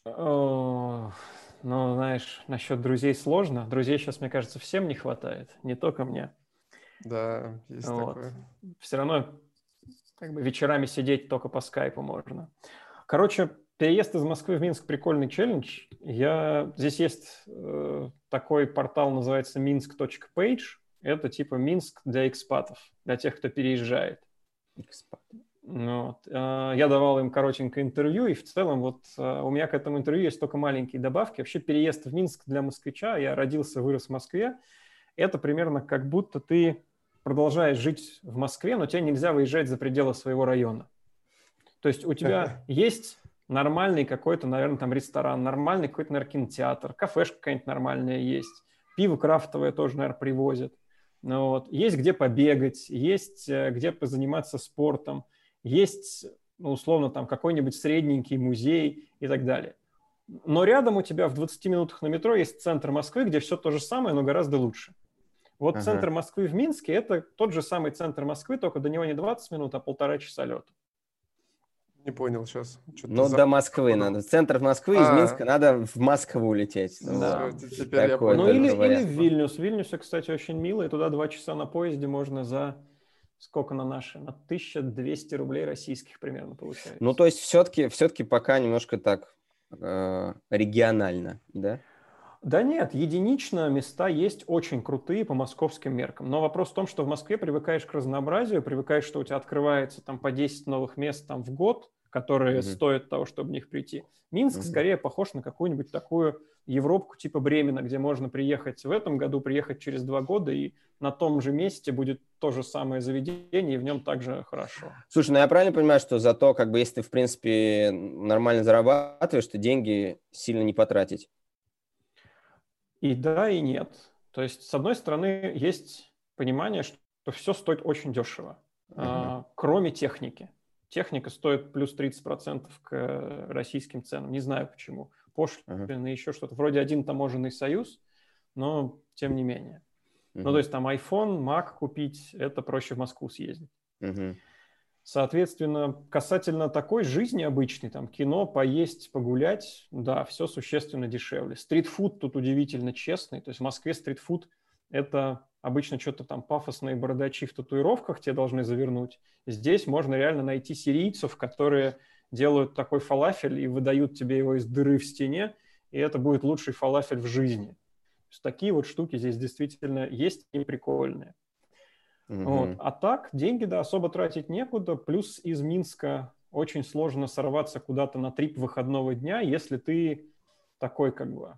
О, ну, знаешь, насчет друзей сложно. Друзей сейчас, мне кажется, всем не хватает, не только мне. Да, есть Вот. такое. Все равно как бы вечерами сидеть только по скайпу можно. Короче, переезд из Москвы в Минск – прикольный челлендж. Я... Здесь есть э, такой портал, называется минск точка пейдж. Это типа Минск для экспатов, для тех, кто переезжает. экспат. Ну, вот. э, Я давал им коротенькое интервью, и в целом вот э, у меня к этому интервью есть только маленькие добавки. Вообще переезд в Минск для москвича, я родился, вырос в Москве, это примерно как будто ты продолжаешь жить в Москве, но тебе нельзя выезжать за пределы своего района. То есть у тебя есть нормальный какой-то, наверное, там ресторан, нормальный какой-то, наверное, кинотеатр, кафешка какая-нибудь нормальная есть, пиво крафтовое тоже, наверное, привозят. Ну, вот. Есть где побегать, есть э, где позаниматься спортом, есть, ну, условно, там какой-нибудь средненький музей и так далее. Но рядом у тебя в двадцати минутах на метро есть центр Москвы, где все то же самое, но гораздо лучше. Вот Ага. центр Москвы в Минске – это тот же самый центр Москвы, только до него не двадцать минут, а полтора часа лета. Не понял сейчас. Что-то Ну, до Москвы запутал. надо. В центр Москвы, из А, Минска надо в Москву лететь. все, Вот. Да. теперь я Такой Ну понял. или, только или в вариант. Вильнюс. В Вильнюсе, кстати, очень мило. И туда два часа на поезде можно за сколько на наши? На тысяча двести рублей российских примерно получается. Ну, то есть все-таки все-таки пока немножко так э, регионально, да? Да нет, единично места есть очень крутые по московским меркам. Но вопрос в том, что в Москве привыкаешь к разнообразию, привыкаешь, что у тебя открывается там по десять новых мест там в год, которые Мгм. стоят того, чтобы в них прийти. Минск Мгм. скорее похож на какую-нибудь такую Европку типа Бремена, где можно приехать в этом году, приехать через два года, и на том же месте будет то же самое заведение, и в нем также хорошо. Слушай, ну я правильно понимаю, что зато, как бы, если ты, в принципе, нормально зарабатываешь, то деньги сильно не потратить? И да, и нет. То есть, с одной стороны, есть понимание, что все стоит очень дешево, Ага. кроме техники. Техника стоит плюс тридцать процентов к российским ценам. Не знаю почему. Ага. Пошлины, еще что-то. Вроде один таможенный союз, но тем не менее. Ну, то Мгм. есть там iPhone, Mac купить, это проще в Москву съездить. Мгм. Соответственно, касательно такой жизни обычной, там кино, поесть, погулять, да, все существенно дешевле. Стритфуд тут удивительно честный. То есть в Москве стритфуд – это обычно что-то там пафосные бородачи в татуировках тебе должны завернуть. Здесь можно реально найти сирийцев, которые делают такой фалафель и выдают тебе его из дыры в стене, и это будет лучший фалафель в жизни. То есть такие вот штуки здесь действительно есть и прикольные. Вот. Мгм. А так, деньги, да, особо тратить некуда. Плюс из Минска очень сложно сорваться куда-то на трип выходного дня, если ты такой, как бы,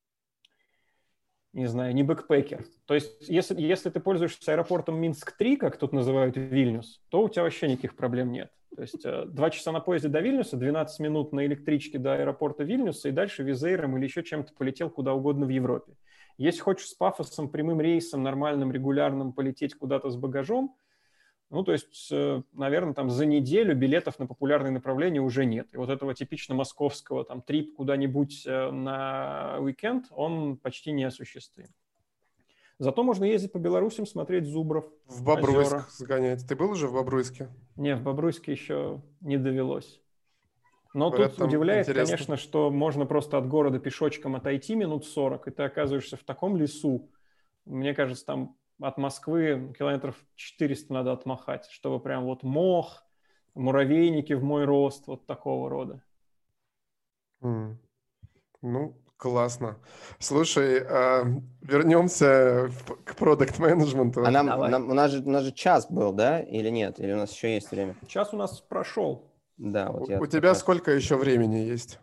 не знаю, не бэкпекер. То есть, если, если ты пользуешься аэропортом Минск-три, как тут называют Вильнюс, то у тебя вообще никаких проблем нет. То есть, э, два часа на поезде до Вильнюса, двенадцать минут на электричке до аэропорта Вильнюса, и дальше визейром или еще чем-то полетел куда угодно в Европе. Если хочешь с пафосом, прямым рейсом, нормальным, регулярным полететь куда-то с багажом, ну, то есть, наверное, там за неделю билетов на популярные направления уже нет. И вот этого типично московского там трип куда-нибудь на уикенд, он почти неосуществим. Зато можно ездить по Беларусям, смотреть зубров, В Бобруйск озера. сгонять. Ты был уже в Бобруйске? Не, в Бобруйске еще не довелось. Но Говорят, тут там удивляет, интересно. конечно, что можно просто от города пешочком отойти минут сорок, и ты оказываешься в таком лесу. Мне кажется, там от Москвы километров четыреста надо отмахать, чтобы прям вот мох, муравейники в мой рост, вот такого рода. М. Ну, классно. Слушай, а, вернемся в- к продакт-менеджменту. А нам, Давай. нам- у нас же, у нас же час был, да, или нет? Или у нас еще есть время? Час у нас прошел. Да, вот я У, у как тебя раз... сколько еще времени есть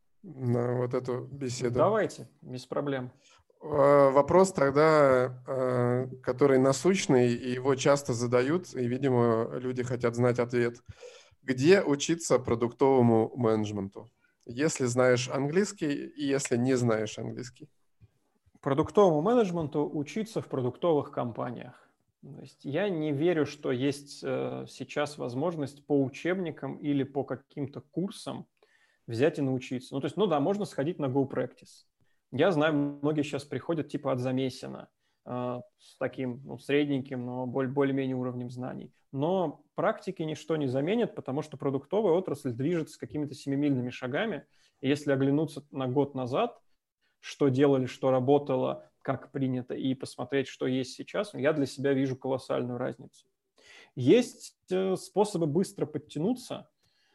на вот эту беседу? Давайте, без проблем. Э, Вопрос тогда, э, который насущный, и его часто задают, и, видимо, люди хотят знать ответ. Где учиться продуктовому менеджменту, если знаешь английский и если не знаешь английский? Продуктовому менеджменту учиться в продуктовых компаниях. То есть я не верю, что есть э, сейчас возможность по учебникам или по каким-то курсам взять и научиться. Ну, то есть, ну да, можно сходить на GoPractice. Я знаю, многие сейчас приходят типа от Замесина э, с таким ну, средненьким, но более, более-менее уровнем знаний. Но практики ничто не заменит, потому что продуктовая отрасль движется какими-то семимильными шагами. И если оглянуться на год назад, что делали, что работало, как принято, и посмотреть, что есть сейчас, я для себя вижу колоссальную разницу. Есть э, способы быстро подтянуться.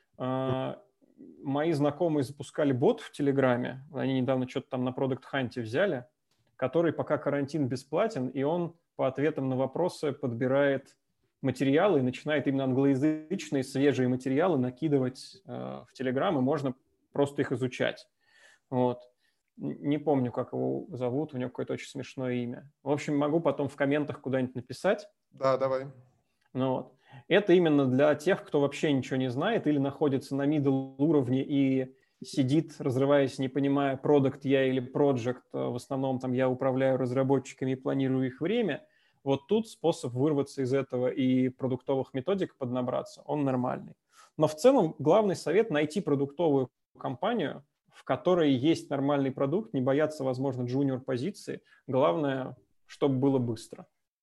Э, мои знакомые запускали бот в Телеграме, они недавно что-то там на Product Hunt взяли, который пока карантин бесплатен, и он по ответам на вопросы подбирает материалы и начинает именно англоязычные свежие материалы накидывать э, в Телеграм, и можно просто их изучать. Вот. Не помню, как его зовут, у него какое-то очень смешное имя. В общем, могу потом в комментах куда-нибудь написать. Да, давай. Ну, вот. Это именно для тех, кто вообще ничего не знает или находится на middle уровне и сидит, разрываясь, не понимая, продукт я или project. В основном там я управляю разработчиками и планирую их время. Вот тут способ вырваться из этого и продуктовых методик поднабраться, он нормальный. Но в целом главный совет – найти продуктовую компанию, в которой есть нормальный продукт, не бояться, возможно, джуниор-позиции. Главное, чтобы было быстро.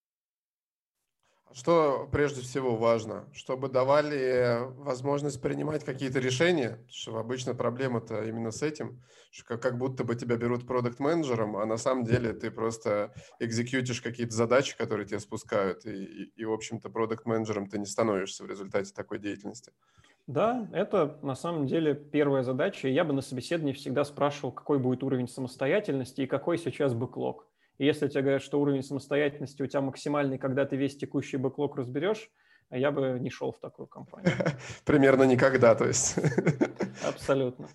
Что прежде всего важно? Чтобы давали возможность принимать какие-то решения, что обычно проблема-то именно с этим, что как, как будто бы тебя берут продакт-менеджером, а на самом деле ты просто экзекьютишь какие-то задачи, которые тебе спускают, и, и, и в общем-то, продакт-менеджером ты не становишься в результате такой деятельности. Да, это на самом деле первая задача. Я бы на собеседовании всегда спрашивал, какой будет уровень самостоятельности и какой сейчас бэклог. И если тебе говорят, что уровень самостоятельности у тебя максимальный, когда ты весь текущий бэклог разберешь, я бы не шел в такую компанию. Примерно никогда, то есть. Абсолютно.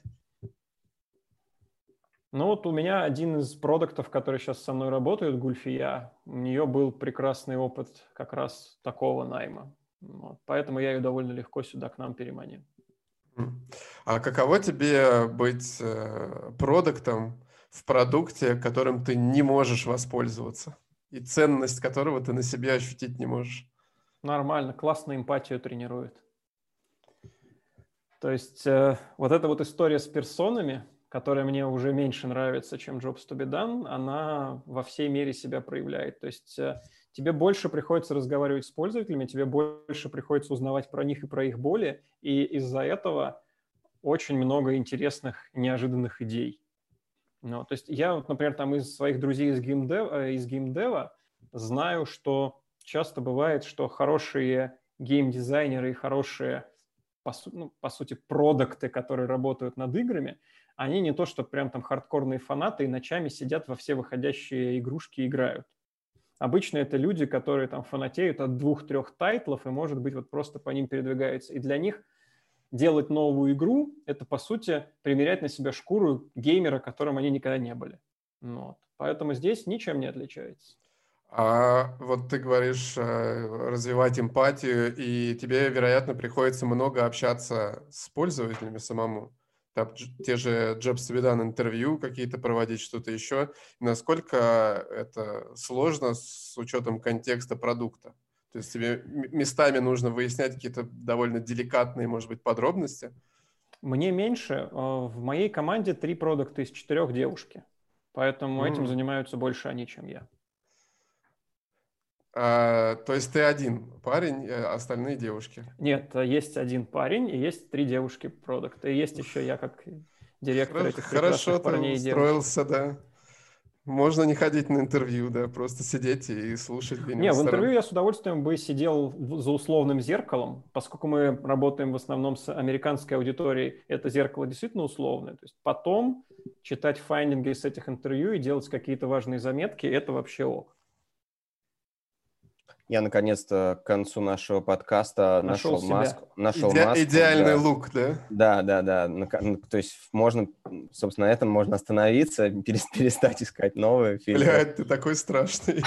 Ну вот у меня один из продуктов, который сейчас со мной работает, Гульфия, у нее был прекрасный опыт как раз такого найма. Вот. Поэтому я ее довольно легко сюда к нам переманил. А каково тебе быть э, продуктом в продукте, которым ты не можешь воспользоваться, и ценность которого ты на себе ощутить не можешь? Нормально, классно эмпатию тренирует. То есть э, вот эта вот история с персонами, которая мне уже меньше нравится, чем Jobs to be done, она во всей мере себя проявляет. То есть э, тебе больше приходится разговаривать с пользователями, тебе больше приходится узнавать про них и про их боли, и из-за этого очень много интересных, неожиданных идей. Ну, то есть я, вот, например, там из своих друзей из геймдева, из геймдева знаю, что часто бывает, что хорошие геймдизайнеры и хорошие, по, су- ну, по сути, продукты, которые работают над играми, они не то, что прям там хардкорные фанаты и ночами сидят во все выходящие игрушки и играют. Обычно это люди, которые там фанатеют от двух-трех тайтлов и, может быть, вот просто по ним передвигаются. И для них делать новую игру – это, по сути, примерять на себя шкуру геймера, которым они никогда не были. Вот. Поэтому здесь ничем не отличается. А вот ты говоришь э, развивать эмпатию, и тебе, вероятно, приходится много общаться с пользователями самому. Там дж- те же Jobs to be done интервью какие-то проводить, что-то еще. Насколько это сложно с учетом контекста продукта? То есть тебе м- местами нужно выяснять какие-то довольно деликатные, может быть, подробности? Мне меньше. В моей команде три продукта из четырех девушки. Поэтому этим М. занимаются больше они, чем я. А, то есть ты один парень, а остальные девушки? Нет, есть один парень и есть три девушки продукта. И есть еще я как директор Хоро- этих Хорошо прекрасных ты парней и девушек. устроился, да. Можно не ходить на интервью, да, просто сидеть и слушать где-нибудь. Не, в в интервью стороне. я с удовольствием бы сидел в- за условным зеркалом, поскольку мы работаем в основном с американской аудиторией, это зеркало действительно условное. То есть потом читать файндинги с этих интервью и делать какие-то важные заметки, это вообще ок. Я наконец-то к концу нашего подкаста Нашел нашел себя. маску. Нашел Иде- маску, идеальный да. лук, да? Да, да, да. Нака- ну, То есть можно, собственно, на этом можно остановиться, перес- перестать искать новые фильтры. Блядь, ты такой страшный.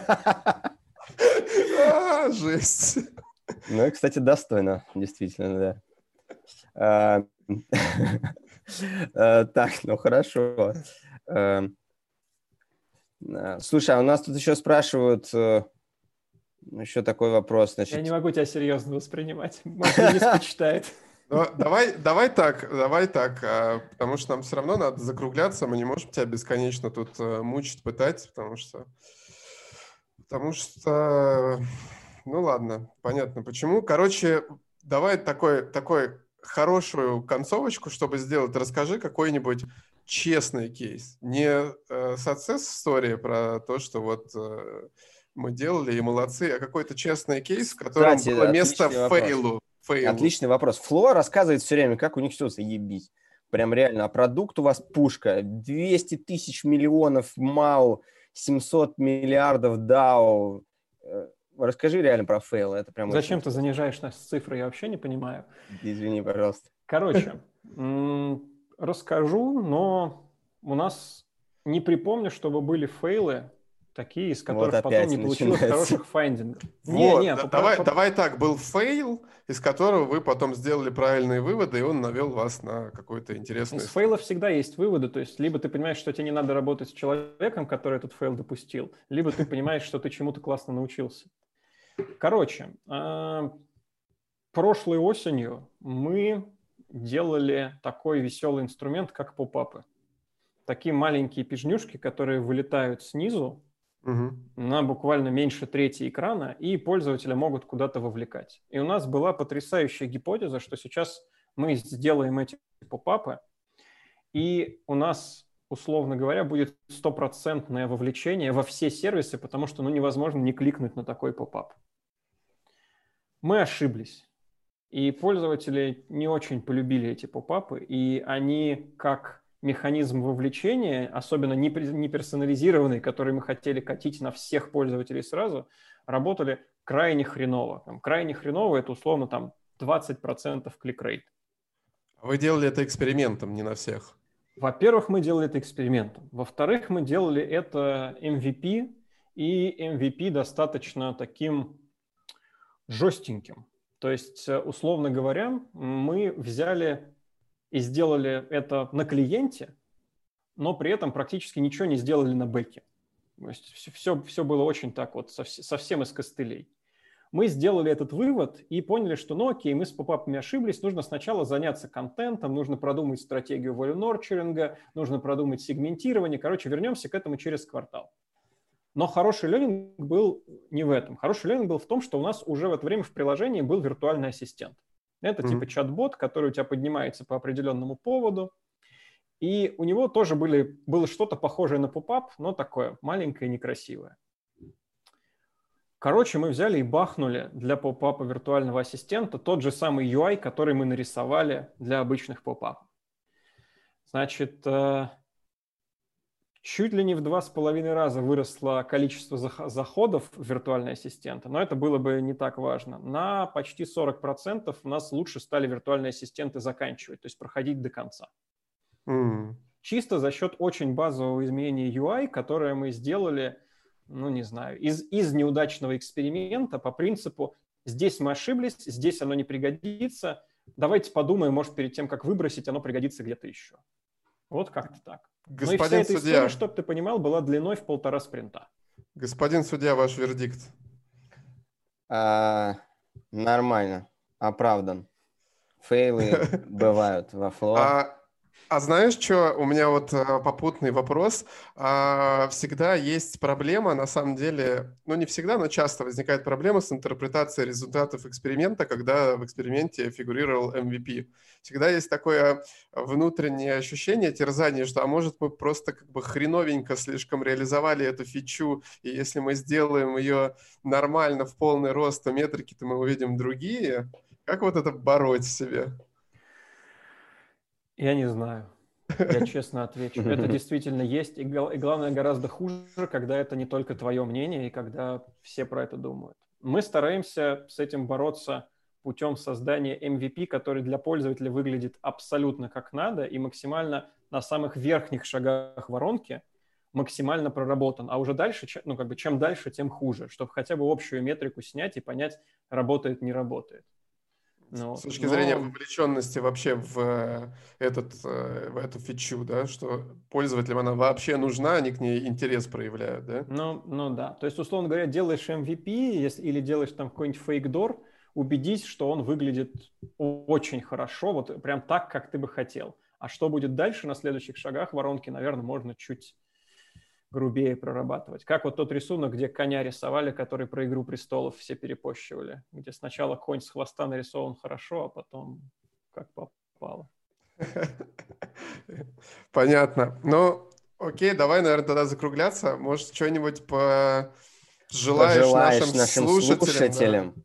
А, жесть. Ну и, кстати, достойно, действительно, да. А, э, Так, ну хорошо. Э, э, Слушай, а у нас тут еще спрашивают э, еще такой вопрос, Я значит. не могу тебя серьезно воспринимать. Может, Денис почитает. Ну, давай, давай так, давай так, а, потому что нам все равно надо закругляться, мы не можем тебя бесконечно тут э, мучить, пытать, потому что, потому что, ну ладно, понятно почему. Короче, давай такой, такой хорошую концовочку, чтобы сделать. Расскажи какой-нибудь честный кейс, не э, success story про то, что вот э, мы делали и молодцы, а какой-то честный кейс, в котором Кстати, было место отличный вопрос. фейлу. фейлу. Отличный вопрос. Фло рассказывает все время, как у них все заебись. Прям реально. А продукт у вас пушка. двести тысяч миллионов МАУ, семьсот миллиардов дао. Э, Расскажи реально про фейл. Это прям очень Зачем ты интересно. занижаешь нас цифры, я вообще не понимаю. Извини, пожалуйста. Короче, м, расскажу, но у нас не припомню, чтобы были фейлы такие, из Вот которых потом опять не получилось начинается. хороших файндингов. Не, Вот, не, да- по- давай, по- давай так, был фейл, из которого вы потом сделали правильные выводы, и он навел вас на какую-то интересную из историю. фейлов всегда есть выводы, то есть либо ты понимаешь, что тебе не надо работать с человеком, который этот фейл допустил, либо ты понимаешь, что ты чему-то классно научился. Короче, а, прошлой осенью мы делали такой веселый инструмент, как поп-апы. Такие маленькие пижнюшки, которые вылетают снизу Мгм. на буквально меньше трети экрана, и пользователя могут куда-то вовлекать. И у нас была потрясающая гипотеза, что сейчас мы сделаем эти поп-апы, и у нас, условно говоря, будет стопроцентное вовлечение во все сервисы, потому что ну, невозможно не кликнуть на такой поп-ап. Мы ошиблись. И пользователи не очень полюбили эти поп-апы, и они как механизм вовлечения, особенно не персонализированный, который мы хотели катить на всех пользователей сразу, работали крайне хреново. Там, крайне хреново – это условно там двадцать процентов клик-рейт. А вы делали это экспериментом, не на всех. Во-первых, мы делали это экспериментом. Во-вторых, мы делали это эм ви пи, и эм ви пи достаточно таким жестеньким. То есть, условно говоря, мы взяли и сделали это на клиенте, но при этом практически ничего не сделали на бэке. То есть все, все, все было очень так вот, совсем из костылей. Мы сделали этот вывод и поняли, что ну окей, мы с попапами ошиблись, нужно сначала заняться контентом, нужно продумать стратегию value-норчеринга, нужно продумать сегментирование. Короче, вернемся к этому через квартал. Но хороший ленинг был не в этом. Хороший ленинг был в том, что у нас уже в это время в приложении был виртуальный ассистент. Это mm-hmm. типа чат-бот, который у тебя поднимается по определенному поводу. И у него тоже были, было что-то похожее на поп-ап, но такое маленькое и некрасивое. Короче, мы взяли и бахнули для поп-апа виртуального ассистента тот же самый ю ай, который мы нарисовали для обычных поп-апов. Значит, чуть ли не в два с половиной раза выросло количество заходов в виртуальный ассистент, но это было бы не так важно. На почти сорок процентов у нас лучше стали виртуальные ассистенты заканчивать, то есть проходить до конца. Mm. Чисто за счет очень базового изменения ю ай, которое мы сделали, ну не знаю, из, из неудачного эксперимента по принципу здесь мы ошиблись, здесь оно не пригодится, давайте подумаем, может перед тем, как выбросить, оно пригодится где-то еще. Вот как-то так. Господин ну и вся эта судья, история, чтобы ты понимал, была длиной в полтора спринта. Господин судья, ваш вердикт? А, нормально, оправдан. Фейлы бывают во фло. А А знаешь, что? У меня вот а, попутный вопрос. А, всегда есть проблема, на самом деле, ну не всегда, но часто возникает проблема с интерпретацией результатов эксперимента, когда в эксперименте фигурировал эм ви пи. Всегда есть такое внутреннее ощущение, терзание, что, а может, мы просто как бы хреновенько слишком реализовали эту фичу, и если мы сделаем ее нормально в полный рост, то метрики-то мы увидим другие. Как вот это бороть в себе? Я не знаю. Я честно отвечу. Это действительно есть. И, гла- и главное, гораздо хуже, когда это не только твое мнение, и когда все про это думают. Мы стараемся с этим бороться путем создания эм ви пи, который для пользователя выглядит абсолютно как надо и максимально на самых верхних шагах воронки максимально проработан. А уже дальше, че- ну как бы чем дальше, тем хуже, чтобы хотя бы общую метрику снять и понять, работает, не работает. Ну С вот. точки зрения Но вовлеченности вообще в э, этот, э, в эту фичу, да, что пользователям она вообще нужна, они к ней интерес проявляют, да? Ну, ну да. То есть, условно говоря, делаешь эм ви пи если, или делаешь там какой-нибудь фейк-дор, убедись, что он выглядит очень хорошо, вот прям так, как ты бы хотел. А что будет дальше на следующих шагах воронки, наверное, можно чуть грубее прорабатывать. Как вот тот рисунок, где коня рисовали, который про «Игру престолов» все перепощивали, где сначала конь с хвоста нарисован хорошо, а потом как попало. Понятно. Ну, окей, давай, наверное, тогда закругляться. Может, что-нибудь пожелаешь Пожелаешь нашим нашим слушателям, да? слушателям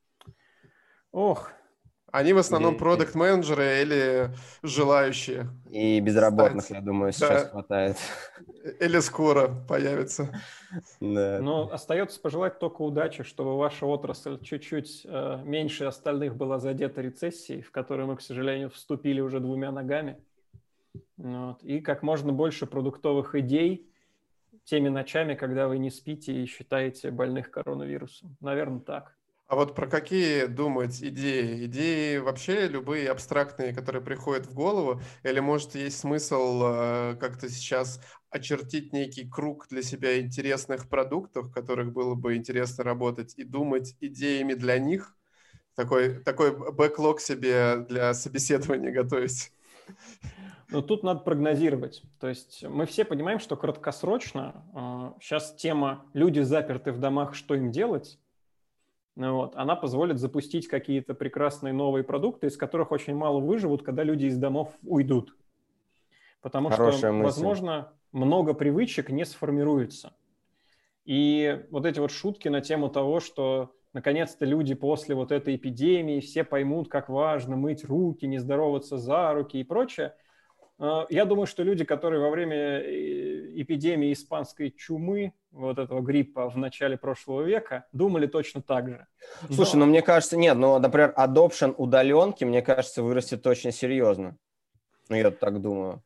Ох, Они в основном или продакт-менеджеры или желающие и безработных, стать, я думаю, сейчас да, хватает. или скоро появится. Да. Но остается пожелать только удачи, чтобы ваша отрасль чуть-чуть э, меньше остальных была задета рецессией, в которую мы, к сожалению, вступили уже двумя ногами. Вот. И как можно больше продуктовых идей теми ночами, когда вы не спите и считаете больных коронавирусом. Наверное, так. А вот про какие думать идеи? Идеи вообще любые абстрактные, которые приходят в голову? Или, может, есть смысл э, как-то сейчас очертить некий круг для себя интересных продуктов, в которых было бы интересно работать, и думать идеями для них? Такой, такой бэклог себе для собеседования готовить. Но тут надо прогнозировать. То есть мы все понимаем, что краткосрочно э, сейчас тема «люди заперты в домах, что им делать?» Ну вот. Она позволит запустить какие-то прекрасные новые продукты, из которых очень мало выживут, когда люди из домов уйдут. Потому что, Хорошая мысль. возможно, много привычек не сформируется. И вот эти вот шутки на тему того, что наконец-то люди после вот этой эпидемии все поймут, как важно мыть руки, не здороваться за руки и прочее. Я думаю, что люди, которые во время эпидемии испанской чумы, вот этого гриппа в начале прошлого века, думали точно так же. Слушай, Но... ну мне кажется, нет, ну, например, adoption удаленки, мне кажется, вырастет очень серьезно. Ну, я так думаю.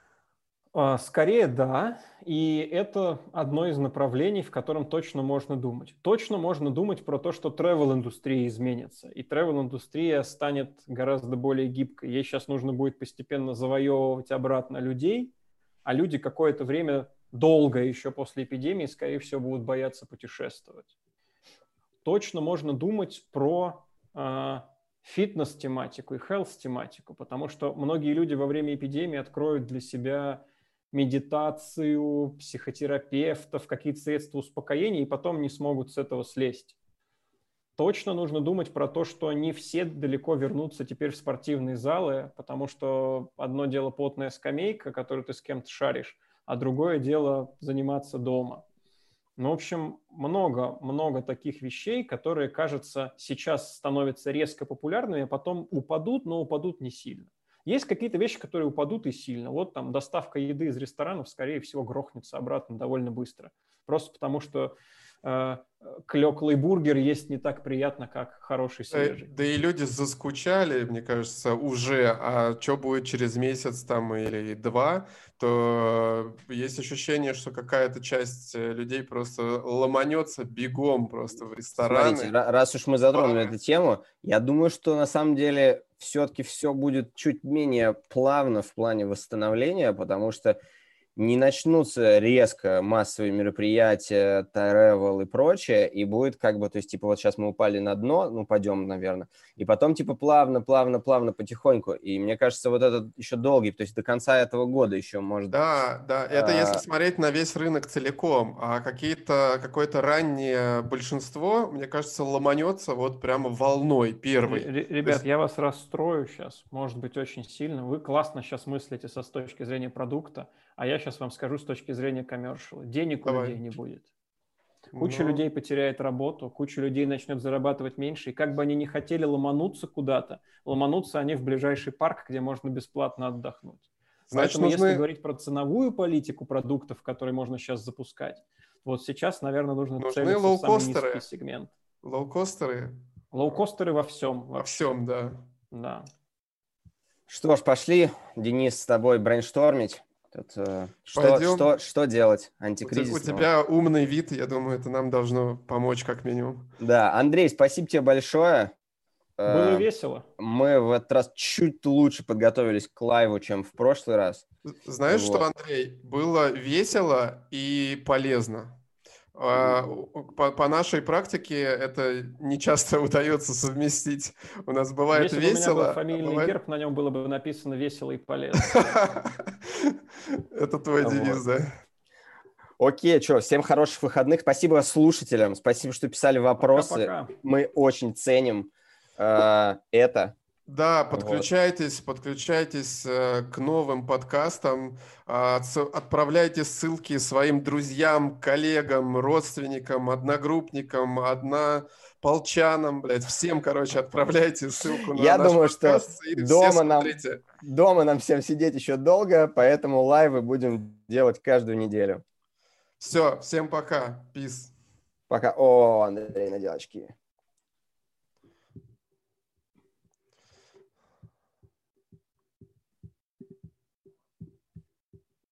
Скорее, да. И это одно из направлений, в котором точно можно думать. Точно можно думать про то, что travel-индустрия изменится. И travel-индустрия станет гораздо более гибкой. Ей сейчас нужно будет постепенно завоевывать обратно людей, а люди какое-то время, долго еще после эпидемии, скорее всего, будут бояться путешествовать. Точно можно думать про э, фитнес-тематику и health-тематику, потому что многие люди во время эпидемии откроют для себя медитацию, психотерапевтов, какие-то средства успокоения, и потом не смогут с этого слезть. Точно нужно думать про то, что не все далеко вернутся теперь в спортивные залы, потому что одно дело потная скамейка, которую ты с кем-то шаришь, а другое дело заниматься дома. Ну, в общем, много-много таких вещей, которые, кажется, сейчас становятся резко популярными, а потом упадут, но упадут не сильно. Есть какие-то вещи, которые упадут и сильно. Вот там доставка еды из ресторанов, скорее всего, грохнется обратно довольно быстро. Просто потому что э, клеклый бургер есть не так приятно, как хороший Да, свежий. да и люди заскучали, мне кажется, уже, а что будет через месяц там или два, то есть ощущение, что какая-то часть людей просто ломанется бегом просто в Смотрите, рестораны, раз уж мы в затронули бары. эту тему, я думаю, что на самом деле все-таки все будет чуть менее плавно в плане восстановления, потому что не начнутся резко массовые мероприятия, travel и прочее, и будет как бы, то есть, типа, вот сейчас мы упали на дно, ну, пойдем, наверное, и потом, типа, плавно, плавно, плавно, потихоньку. И мне кажется, вот этот еще долгий, то есть до конца этого года еще может... Да, да, это если смотреть на весь рынок целиком, а какие-то, какое-то раннее большинство, мне кажется, ломанется вот прямо волной первой. Р- Ребят, есть... я вас расстрою сейчас, может быть, очень сильно. Вы классно сейчас мыслите со с точки зрения продукта, а я сейчас вам скажу с точки зрения коммершала. Денег Давай. у людей не будет. Куча Но... людей потеряет работу, куча людей начнет зарабатывать меньше, и как бы они ни хотели ломануться куда-то, ломанутся они в ближайший парк, где можно бесплатно отдохнуть. Значит, Поэтому, нужны... если говорить про ценовую политику продуктов, которые можно сейчас запускать, вот сейчас, наверное, нужно нужны целиться в самый низкий сегмент. Лоукостеры? Лоукостеры во всем. Во вообще. всем, да. Да. Что ж, пошли, Денис, с тобой брейнштормить. Тут, э, что, что, что делать антикризисного? У тебя, у тебя умный вид, я думаю, это нам должно помочь как минимум. Да, Андрей, спасибо тебе большое. Было э, весело. Мы в этот раз чуть лучше подготовились к лайву, чем в прошлый раз. Знаешь вот. что, Андрей? Было весело и полезно. По, по нашей практике это не часто удается совместить. У нас бывает Если весело. Если бы у меня был фамильный бывает... герб, на нем было бы написано «весело и полезно». Это твой девиз, да? Окей, что, всем хороших выходных. Спасибо слушателям, спасибо, что писали вопросы. Пока-пока. Мы очень ценим э, это. Да, подключайтесь, вот. подключайтесь э, к новым подкастам, э, отправляйте ссылки своим друзьям, коллегам, родственникам, одногруппникам, однополчанам, блядь, всем, короче, отправляйте ссылку на Я наш думаю, подкаст что дома нам, дома нам всем сидеть еще долго, поэтому лайвы будем делать каждую неделю. Все, всем пока, peace. Пока. О, Андрей, надел очки.